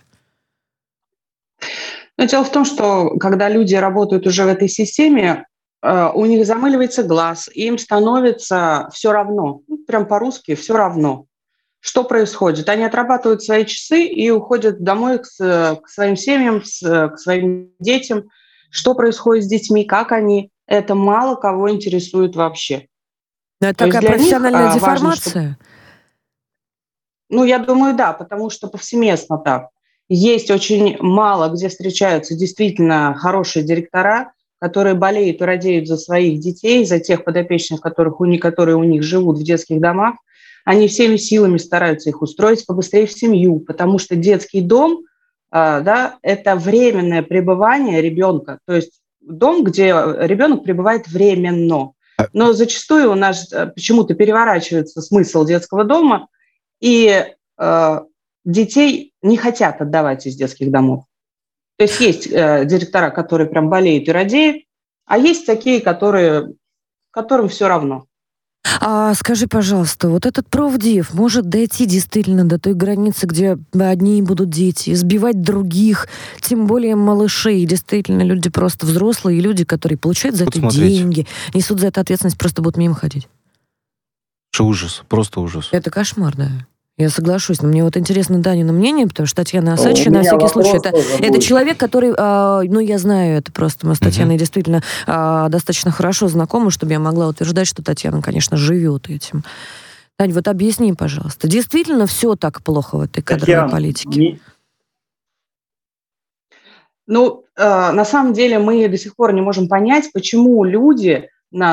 Дело в том, что когда люди работают уже в этой системе, у них замыливается глаз, им становится все равно. Прям по-русски все равно. Что происходит? Они отрабатывают свои часы и уходят домой к своим семьям, к своим детям. Что происходит с детьми, как они, это мало кого интересует вообще. Но это такая профессиональная деформация? Я думаю, да, потому что повсеместно так. Есть очень мало, где встречаются действительно хорошие директора, которые болеют и радеют за своих детей, за тех подопечных, которые у них живут в детских домах. Они всеми силами стараются их устроить побыстрее в семью, потому что детский дом, это временное пребывание ребенка, то есть дом, где ребенок пребывает временно. Но зачастую у нас почему-то переворачивается смысл детского дома, и детей не хотят отдавать из детских домов. То есть директора, которые прям болеют и радеют, а есть такие, которым все равно. Скажи, пожалуйста, вот этот профдев может дойти действительно до той границы, где одни будут дети, избивать других, тем более малышей. Действительно, люди просто взрослые, люди, которые получают за это деньги, несут за это ответственность, просто будут мимо ходить. Ужас, просто ужас. Это кошмар, да. Я соглашусь, но мне вот интересно Данина мнение, потому что Татьяна Осадчая, на всякий случай, это человек, который, я знаю это просто, мы с Татьяной действительно достаточно хорошо знакомы, чтобы я могла утверждать, что Татьяна, конечно, живет этим. Тань, вот объясни, пожалуйста, действительно все так плохо в этой кадровой политике? На самом деле мы до сих пор не можем понять, почему люди,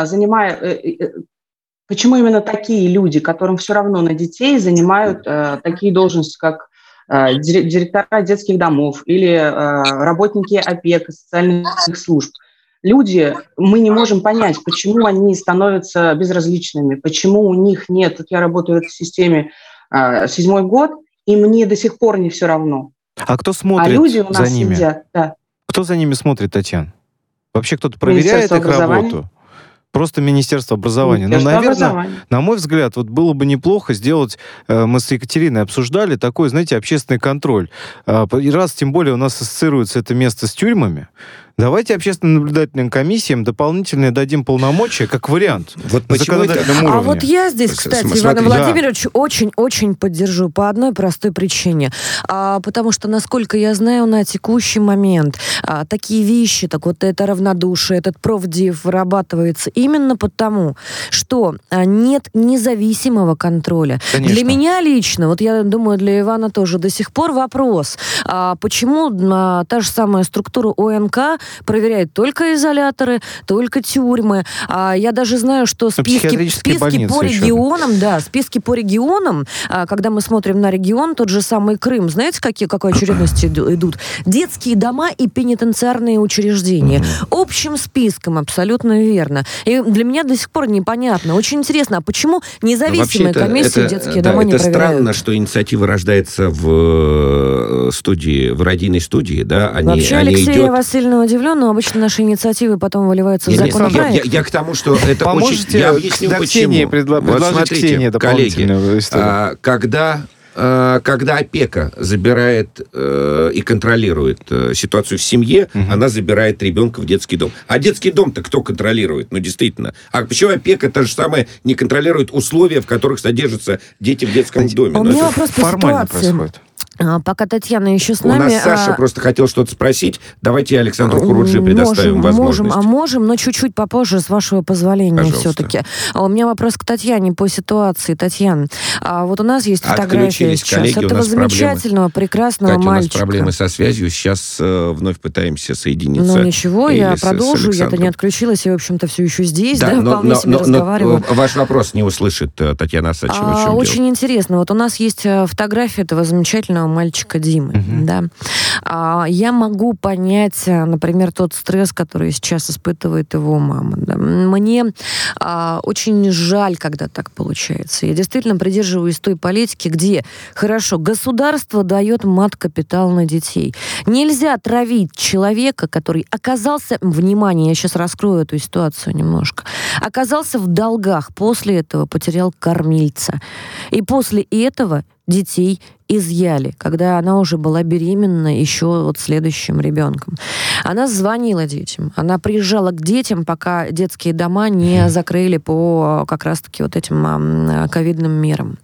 почему именно такие люди, которым все равно на детей, занимают такие должности, как директора детских домов или работники опеки, социальных служб. Люди, мы не можем понять, почему они становятся безразличными, почему у них нет. Вот я работаю в этой системе 7-й год, и мне до сих пор не все равно. А кто смотрит люди у нас за ними? Сидят, да. Кто за ними смотрит, Татьяна? Вообще кто-то проверяет их работу? Просто Министерство образования. Наверное, на мой взгляд, вот было бы неплохо сделать, мы с Екатериной обсуждали, такой, знаете, общественный контроль. Раз, тем более, у нас ассоциируется это место с тюрьмами, давайте общественно-наблюдательным комиссиям дополнительно дадим полномочия, как вариант, вот на законодательном уровне. А вот я здесь, кстати, Ивана Владимировича очень-очень поддержу по одной простой причине. Потому что, насколько я знаю, на текущий момент такие вещи, так вот это равнодушие, этот профдив вырабатывается именно потому, что нет независимого контроля. Конечно. Для меня лично, вот я думаю, для Ивана тоже до сих пор вопрос, почему та же самая структура ОНК проверяет только изоляторы, только тюрьмы. Я даже знаю, что списки по регионам, списки по регионам, когда мы смотрим на регион, тот же самый Крым, знаете, какой очередности идут? Детские дома и пенитенциарные учреждения. Общим списком, абсолютно верно. И для меня до сих пор непонятно. Очень интересно, а почему независимые комиссии детские дома не проверяют? Это странно, что инициатива рождается в студии, в радийной студии, да? Вообще, Алексей Васильевна удивлен, но обычно наши инициативы потом выливаются в законопроект. Я к тому, что это поможете, очень... Я объясню, почему. Вот смотрите, коллеги, когда опека забирает и контролирует ситуацию в семье, она забирает ребенка в детский дом. А детский дом-то кто контролирует? Ну, действительно. А почему опека то же самое не контролирует условия, в которых содержатся дети в детском доме? У меня вопрос по ситуации. Пока Татьяна еще с нами... У нас Саша просто хотел что-то спросить. Давайте Александру Хуруджи предоставим возможность. Можем, но чуть-чуть попозже, с вашего позволения, все-таки. У меня вопрос к Татьяне по ситуации. Татьяна, вот у нас есть фотография сейчас коллеги, этого замечательного, прекрасного мальчика. У нас проблемы со связью. Сейчас вновь пытаемся соединиться. Ну ничего, я продолжу. Я-то не отключилась, я, в общем-то, все еще здесь, вполне себе разговариваю. Ваш вопрос не услышит Татьяна Асачева. Очень интересно. Вот у нас есть фотография этого замечательного мальчика Димы, да. Я могу понять, например, тот стресс, который сейчас испытывает его мама. Да. Мне очень жаль, когда так получается. Я действительно придерживаюсь той политики, где, хорошо, государство дает мат-капитал на детей. Нельзя травить человека, который оказался, внимание, я сейчас раскрою эту ситуацию немножко, оказался в долгах, после этого потерял кормильца. И после этого детей изъяли, когда она уже была беременна еще вот следующим ребенком. Она звонила детям, она приезжала к детям, пока детские дома не закрыли по как раз-таки вот этим ковидным мерам.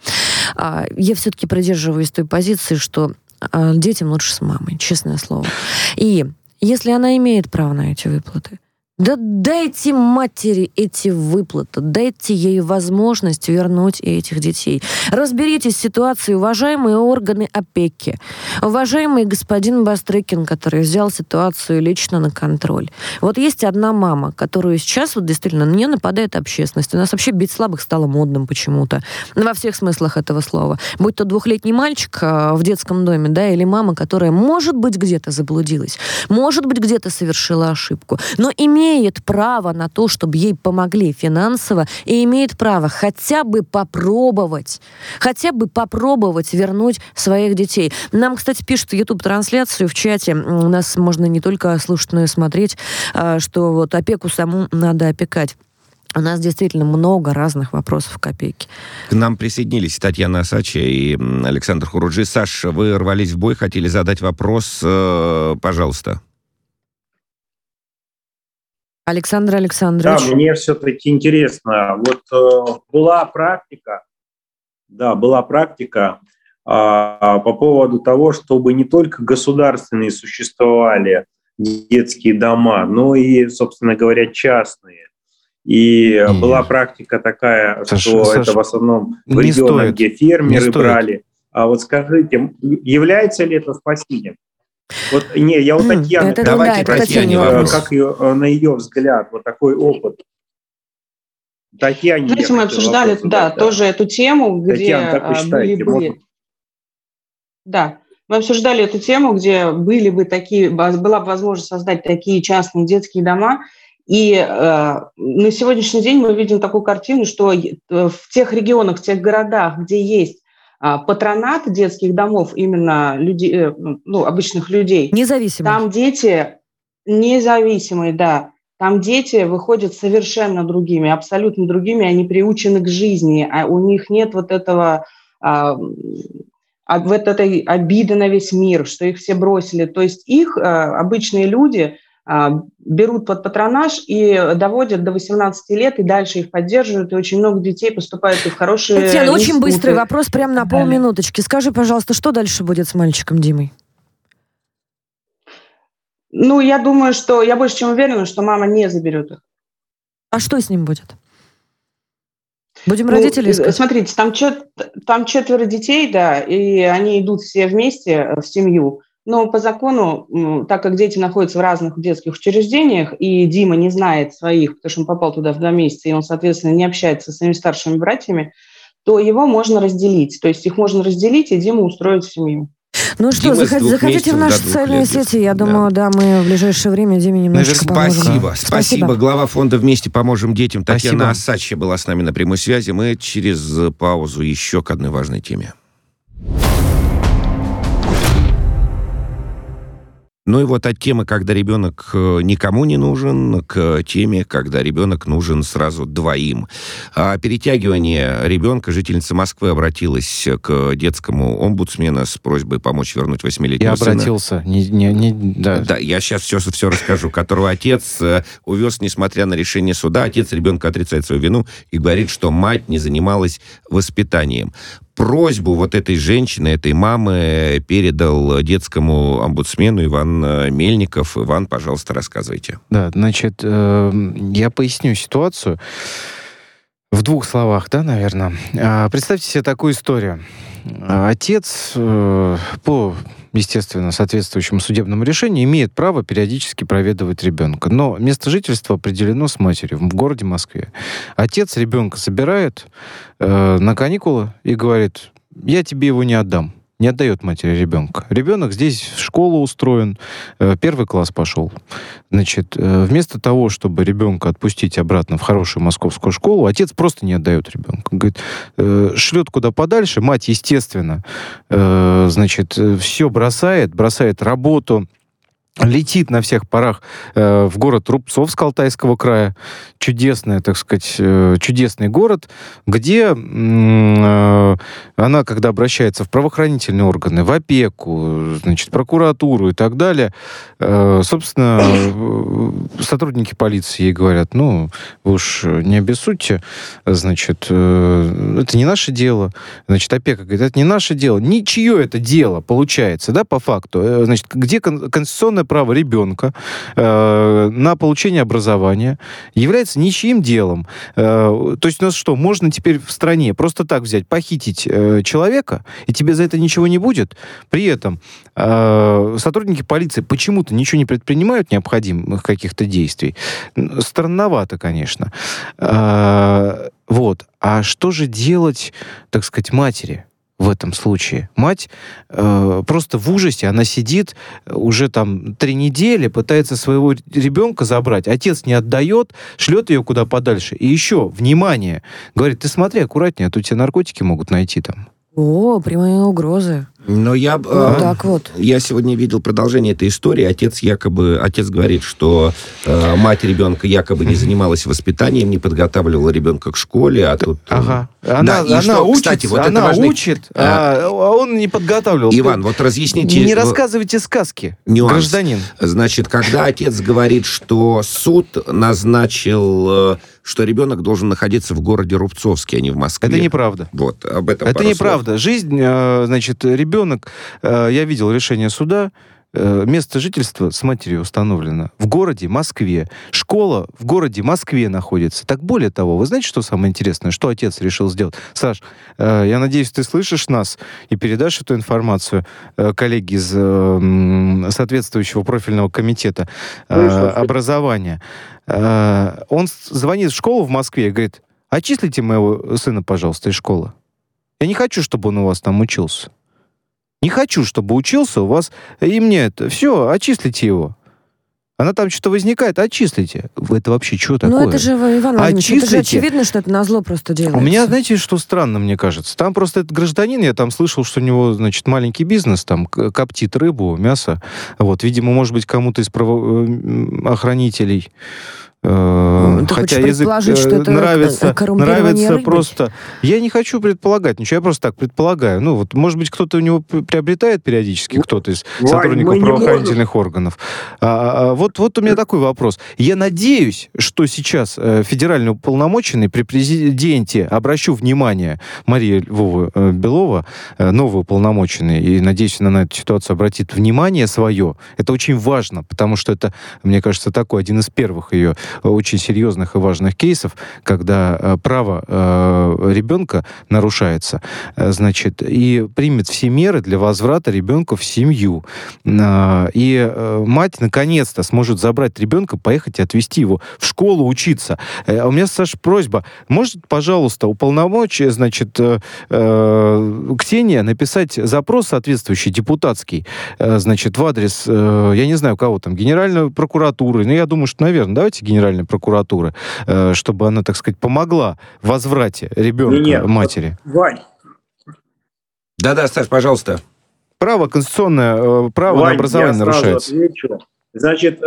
Я все-таки придерживаюсь той позиции, что детям лучше с мамой, честное слово. И если она имеет право на эти выплаты, да дайте матери эти выплаты, дайте ей возможность вернуть этих детей. Разберитесь с ситуацией, уважаемые органы опеки, уважаемый господин Бастрыкин, который взял ситуацию лично на контроль. Вот есть одна мама, которую сейчас вот действительно на нее нападает общественность. У нас вообще бить слабых стало модным почему-то. Во всех смыслах этого слова. Будь то 2-летний мальчик в детском доме, да, или мама, которая, может быть, где-то заблудилась, может быть, где-то совершила ошибку, но имеет право на то, чтобы ей помогли финансово, и имеет право хотя бы попробовать вернуть своих детей. Нам, кстати, пишут YouTube-трансляцию в чате, у нас можно не только слушать, но и смотреть, что вот опеку саму надо опекать. У нас действительно много разных вопросов к опеке. К нам присоединились Татьяна Асачева и Александр Хуруджи. Саша, вы рвались в бой, хотели задать вопрос, пожалуйста. Александр Александрович. Да, мне все-таки интересно. Вот была практика по поводу того, чтобы не только государственные существовали детские дома, но и, собственно говоря, частные. И была практика такая, что это в основном в регионах, где фермеры брали. А вот скажите, является ли это спасением? Вот, не, я у Татьяны, давайте Татьяне вопрос. Как ее, на ее взгляд, вот такой опыт? Татьяне. Знаете, мы обсуждали, тоже эту тему, где мы обсуждали эту тему, где была бы возможность создать такие частные детские дома. И на сегодняшний день мы видим такую картину, что в тех регионах, в тех городах, где есть патронат детских домов, именно людей, обычных людей. Независимые. Там дети независимые, да. Там дети выходят совершенно другими, абсолютно другими, они приучены к жизни, а у них нет вот этого, вот этой обиды на весь мир, что их все бросили. То есть их обычные люди берут под патронаж и доводят до 18 лет, и дальше их поддерживают, и очень много детей поступают и в хорошие Татьяна, институты. очень быстрый вопрос, прямо на полминуточки. Скажи, пожалуйста, что дальше будет с мальчиком Димой? Ну, я думаю, что я больше чем уверена, что мама не заберет их. А что с ним будет? Будем родители искать? Смотрите, там 4 детей, да, и они идут все вместе в семью. Но по закону, так как дети находятся в разных детских учреждениях, и Дима не знает своих, потому что он попал туда в 2 месяца, и он, соответственно, не общается со своими старшими братьями, то его можно разделить. То есть их можно разделить, и Диму устроить в семью. Ну что, заходите в наши социальные сети. Я думаю, да, мы в ближайшее время Диме немножечко поможем. Спасибо. Глава фонда «Вместе поможем детям» Татьяна Осадчая была с нами на прямой связи. Мы через паузу еще к одной важной теме. Ну и вот от темы, когда ребенок никому не нужен, к теме, когда ребенок нужен сразу двоим. Перетягивание ребенка. Жительница Москвы обратилась к детскому омбудсмену с просьбой помочь вернуть 8-летнего сына. Я обратился. Да, я сейчас все расскажу. Которого отец увез, несмотря на решение суда. Отец ребенка отрицает свою вину и говорит, что мать не занималась воспитанием. Просьбу вот этой женщины, этой мамы передал детскому омбудсмену Иван Мельников. Иван, пожалуйста, рассказывайте. Да, значит, я поясню ситуацию в 2 словах, да, наверное. Представьте себе такую историю. Отец по, естественно, соответствующему судебному решению имеет право периодически проведывать ребенка. Но место жительства определено с матерью в городе Москве. Отец ребенка собирает на каникулы и говорит: я тебе его не отдам. Не отдает матери ребенка. Ребенок здесь в школу устроен, 1 класс пошел. Значит, вместо того, чтобы ребенка отпустить обратно в хорошую московскую школу, отец просто не отдает ребенка. Говорит, шлет куда подальше. Мать, естественно, значит, все бросает работу, летит на всех парах в город Рубцовск Алтайского края. Чудесный, так сказать, чудесный город, где она, когда обращается в правоохранительные органы, в опеку, значит, прокуратуру и так далее, собственно, сотрудники полиции ей говорят: ну, вы уж не обессудьте, значит, это не наше дело. Значит, опека говорит: это не наше дело. Ничье это дело, получается, да, по факту. Значит, где конституционное право ребенка на получение образования является ничьим делом. То есть у нас что, можно теперь в стране просто так взять, похитить человека, и тебе за это ничего не будет? При этом сотрудники полиции почему-то ничего не предпринимают, необходимых каких-то действий. Странновато, конечно. Вот. А что же делать, так сказать, матери в этом случае? Мать просто в ужасе, она сидит уже там 3 недели, пытается своего ребенка забрать, отец не отдает, шлет ее куда подальше. И еще, внимание, говорит: ты смотри аккуратнее, а то тебе наркотики могут найти там. О, прямые угрозы. Но я сегодня видел продолжение этой истории. Отец говорит, что мать ребенка якобы не занималась воспитанием, не подготавливала ребенка к школе, а тут... Ага. Она учит, кстати, вот она важный... учит, а он не подготавливал. Иван, вот разъясните... Не рассказывайте сказки, нюанс. Гражданин. Значит, когда отец говорит, что суд назначил, что ребенок должен находиться в городе Рубцовске, а не в Москве. Это неправда. Вот, об этом это неправда. Слов. Жизнь, значит, ребенок, я видел решение суда, место жительства с матерью установлено в городе Москве. Школа в городе Москве находится. Так более того, вы знаете, что самое интересное? Что отец решил сделать? Саш, я надеюсь, ты слышишь нас и передашь эту информацию коллеге из соответствующего профильного комитета образования. Он звонит в школу в Москве и говорит: отчислите моего сына, пожалуйста, из школы. Я не хочу, чтобы он у вас там учился. Не хочу, чтобы учился у вас, и мне это. Все, отчислите его. Она там что-то возникает, отчислите. Это вообще что такое? Ну, это же, Иван Владимирович, это же очевидно, что это назло просто делается. У меня, знаете, что странно, мне кажется? Там просто этот гражданин, я там слышал, что у него, значит, маленький бизнес, там, коптит рыбу, мясо. Вот, видимо, может быть, кому-то из правоохранителей Хотя язык нравится просто... Я не хочу предполагать ничего, я просто так предполагаю. Ну, вот, может быть, кто-то у него приобретает периодически, кто-то из сотрудников правоохранительных органов. Вот у меня такой вопрос. Я надеюсь, что сейчас федеральный уполномоченный при президенте, обращу внимание, Мария Львова Белова, новый уполномоченный, и надеюсь, она на эту ситуацию обратит внимание свое. Это очень важно, потому что это, мне кажется, такой один из первых ее очень серьезных и важных кейсов, когда право ребенка нарушается, значит, и примет все меры для возврата ребенка в семью. И мать наконец-то сможет забрать ребенка, поехать и отвезти его в школу учиться. У меня, Саша, просьба, может, пожалуйста, уполномочить, значит, Ксения написать запрос соответствующий, депутатский, значит, в адрес, я не знаю, кого там, Генеральной прокуратуры, но я думаю, что, наверное, давайте Генеральной прокуратуры, чтобы она, так сказать, помогла в возврате ребенка матери. Вань. Да-да, Саш, пожалуйста. Право конституционное, право Вань, на образование я нарушается. Отвечу. Значит,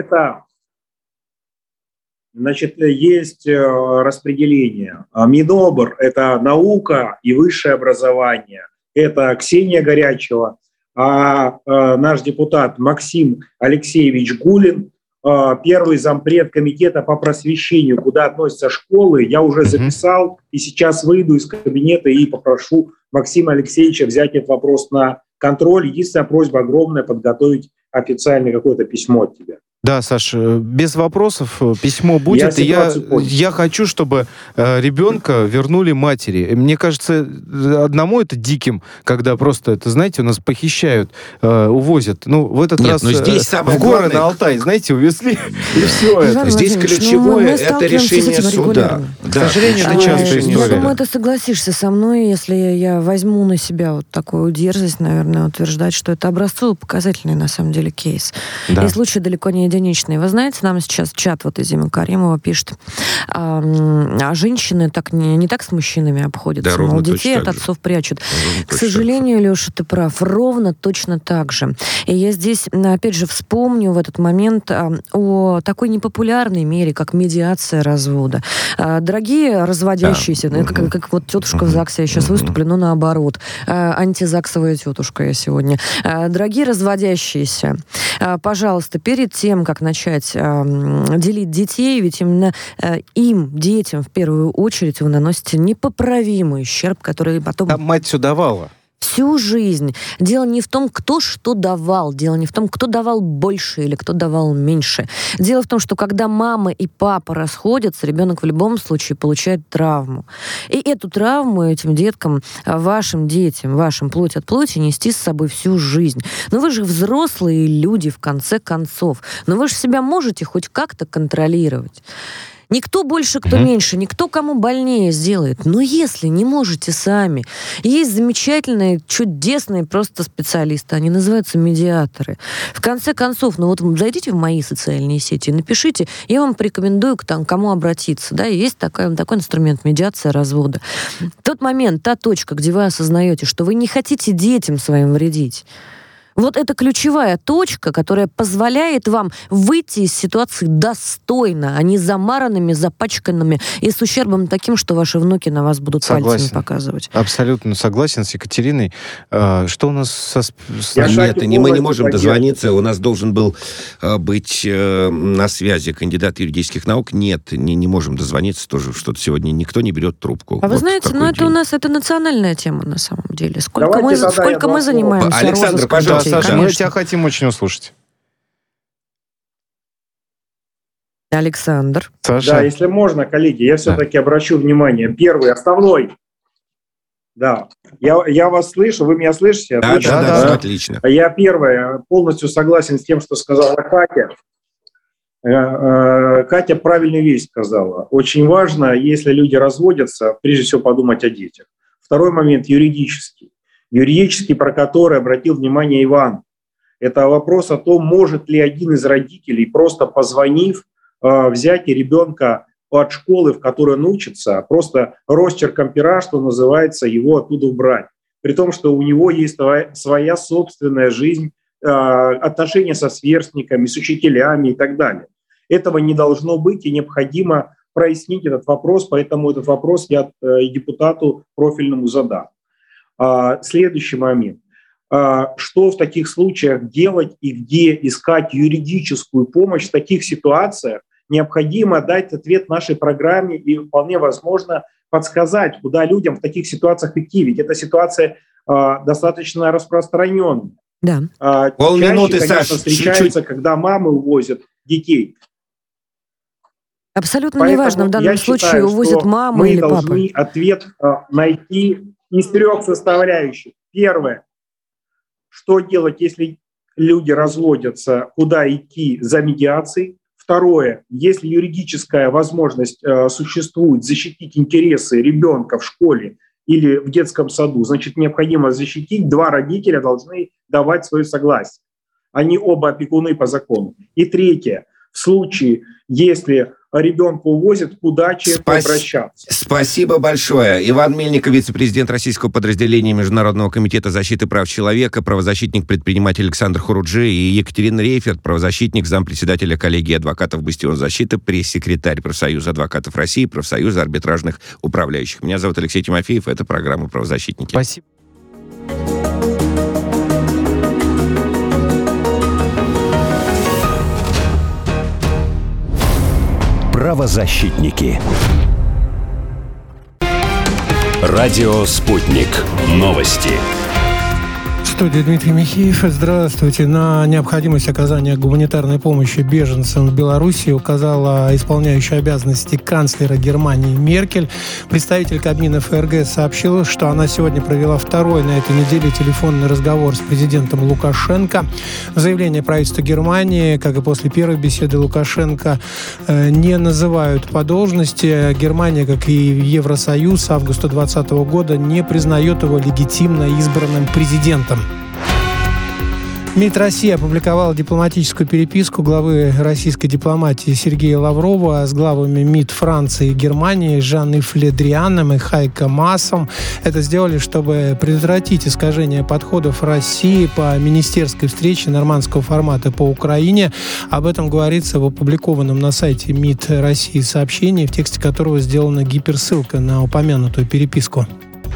есть распределение. Минобр – это наука и высшее образование. Это Ксения Горячева. А наш депутат Максим Алексеевич Гулин, первый зампред комитета по просвещению, куда относятся школы, я уже записал, и сейчас выйду из кабинета и попрошу Максима Алексеевича взять этот вопрос на контроль. Единственная просьба огромная – подготовить официальное какое-то письмо от тебя. Да, Саш, без вопросов письмо будет. Я хочу, чтобы ребенка вернули матери. Мне кажется, одному это диким, когда просто, это, знаете, у нас похищают, увозят. Ну, в этот раз здесь в горы на Алтай, знаете, увезли, и все это. Здесь ключевое это решение суда. К сожалению, это частая история. Я думаю, ты согласишься со мной, если я возьму на себя вот такую дерзость, наверное, утверждать, что это образцово-показательный, на самом деле, кейс. Да. И случай далеко не единичный. Вы знаете, нам сейчас чат вот Изима Каримова пишет, а женщины так не так с мужчинами обходятся. Мол, детей от отцов прячут. К сожалению, Леша, ты прав, ровно точно так же. И я здесь, опять же, вспомню в этот момент о такой непопулярной мере, как медиация развода. Дорогие разводящиеся, как вот тетушка в ЗАГСе, я сейчас выступлю, но наоборот, антизаксовая тетушка я сегодня. Дорогие разводящиеся, пожалуйста, перед тем, как начать делить детей, ведь именно им, детям, в первую очередь, вы наносите непоправимый ущерб, который потом... Там мать все давала. Всю жизнь. Дело не в том, кто что давал. Дело не в том, кто давал больше или кто давал меньше. Дело в том, что когда мама и папа расходятся, ребенок в любом случае получает травму. И эту травму этим деткам, вашим детям, вашим плоть от плоти нести с собой всю жизнь. Но вы же взрослые люди, в конце концов. Но вы же себя можете хоть как-то контролировать. Никто больше, кто меньше, никто кому больнее сделает. Но если не можете сами, есть замечательные, чудесные просто специалисты, они называются медиаторы. В конце концов, ну вот зайдите в мои социальные сети, напишите, я вам порекомендую к кому обратиться. Да, есть такой инструмент медиация развода. Тот момент, та точка, где вы осознаете, что вы не хотите детям своим вредить. Вот это ключевая точка, которая позволяет вам выйти из ситуации достойно, а не замаранными, запачканными и с ущербом таким, что ваши внуки на вас будут пальцами показывать. Абсолютно согласен с Екатериной. Что у нас Нет, мы не можем дозвониться. У нас должен был быть на связи кандидат юридических наук. Нет, не можем дозвониться. Тоже что-то сегодня никто не берет трубку. А вы знаете, это у нас это национальная тема на самом деле. Сколько мы занимаемся Александр, пожалуйста. Саша, мы тебя хотим очень услышать. Александр. Саша. Да, если можно, коллеги, я все-таки обращу внимание. Первый, основной. Да, я вас слышу, вы меня слышите? Да, отлично. Я полностью согласен с тем, что сказала Катя. Катя правильную вещь сказала. Очень важно, если люди разводятся, прежде всего подумать о детях. Второй момент юридический. Юридический, про который обратил внимание Иван. Это вопрос о том, может ли один из родителей, просто позвонив, взять ребенка от школы, в которой он учится, просто росчерком пера, что называется, его оттуда убрать. При том, что у него есть своя собственная жизнь, отношения со сверстниками, с учителями и так далее. Этого не должно быть, и необходимо прояснить этот вопрос, поэтому этот вопрос я депутату профильному задам. Следующий момент. Что в таких случаях делать и где искать юридическую помощь в таких ситуациях? Необходимо дать ответ нашей программе и вполне возможно подсказать, куда людям в таких ситуациях идти. Ведь эта ситуация достаточно распространенная. Да. Полминуты, чаще, конечно, Саш, встречается, чуть-чуть. когда мамы увозят детей. Абсолютно Поэтому неважно, в данном случае считаю, увозят маму или папы. Мы должны ответ найти из 3 составляющих. Первое. Что делать, если люди разводятся, куда идти за медиацией? Второе. Если юридическая возможность существует защитить интересы ребенка в школе или в детском саду, значит, необходимо защитить. 2 родителя должны давать свое согласие. Они оба опекуны по закону. И третье. В случае, если ребенка увозят, куда обращаться. Спасибо большое. Иван Мельников, вице-президент российского подразделения Международного комитета защиты прав человека, правозащитник-предприниматель Александр Хуруджи, и Екатерина Рейферт, правозащитник, зампредседателя коллегии адвокатов «Бастион защиты», пресс-секретарь профсоюза адвокатов России, профсоюза арбитражных управляющих. Меня зовут Алексей Тимофеев, это программа «Правозащитники». Спасибо. Правозащитники. Радио «Спутник». Новости. В студии Дмитрий Михеев. Здравствуйте. На необходимость оказания гуманитарной помощи беженцам в Беларуси указала исполняющая обязанности канцлера Германии Меркель. Представитель Кабмина ФРГ сообщил, что она сегодня провела 2-й на этой неделе телефонный разговор с президентом Лукашенко. В заявлении правительства Германии, как и после первой беседы Лукашенко, не называют по должности. Германия, как и Евросоюз, с августа 2020 года не признает его легитимно избранным президентом. МИД России опубликовал дипломатическую переписку главы российской дипломатии Сергея Лаврова с главами МИД Франции и Германии Жан-Ив Ле Дрианом и Хайко Маасом. Это сделали, чтобы предотвратить искажение подходов России по министерской встрече нормандского формата по Украине. Об этом говорится в опубликованном на сайте МИД России сообщении, в тексте которого сделана гиперссылка на упомянутую переписку.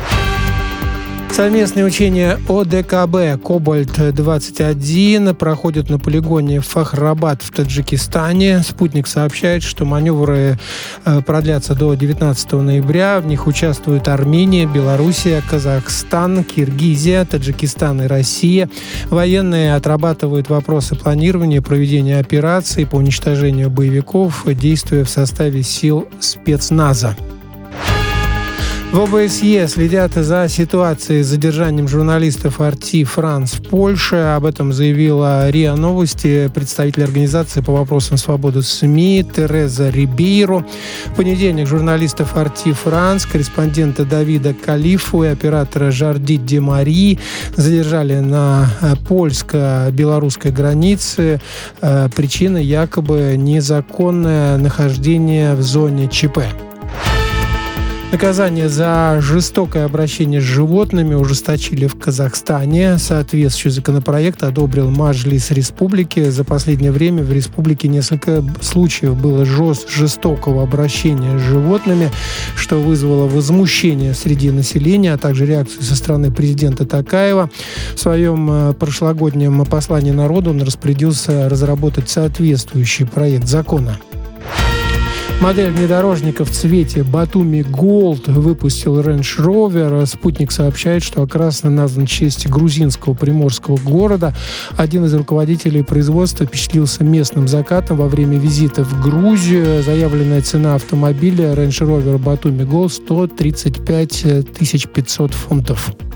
Совместные учения ОДКБ «Кобальт-21» проходят на полигоне Фахрабад в Таджикистане. Спутник сообщает, что маневры продлятся до 19 ноября. В них участвуют Армения, Белоруссия, Казахстан, Киргизия, Таджикистан и Россия. Военные отрабатывают вопросы планирования, проведения операций по уничтожению боевиков, действуя в составе сил спецназа. В ОБСЕ следят за ситуацией с задержанием журналистов RT France в Польше. Об этом заявила РИА Новости представитель организации по вопросам свободы СМИ Тереза Рибейро. В понедельник журналистов RT France, корреспондента Давида Калифу и оператора Жарди Де Мари задержали на польско-белорусской границе. Причина якобы незаконное нахождение в зоне ЧП. Наказание за жестокое обращение с животными ужесточили в Казахстане. Соответствующий законопроект одобрил Маджлис Республики. За последнее время в республике несколько случаев было жестокого обращения с животными, что вызвало возмущение среди населения, а также реакцию со стороны президента Токаева. В своем прошлогоднем послании народу он распорядился разработать соответствующий проект закона. Модель внедорожника в цвете Батуми Голд выпустил Range Rover. Спутник сообщает, что окрасно назван в честь грузинского приморского города. один из руководителей производства впечатлился местным закатом во время визита в Грузию. Заявленная цена автомобиля Range Rover Batumi Gold 135 500 фунтов.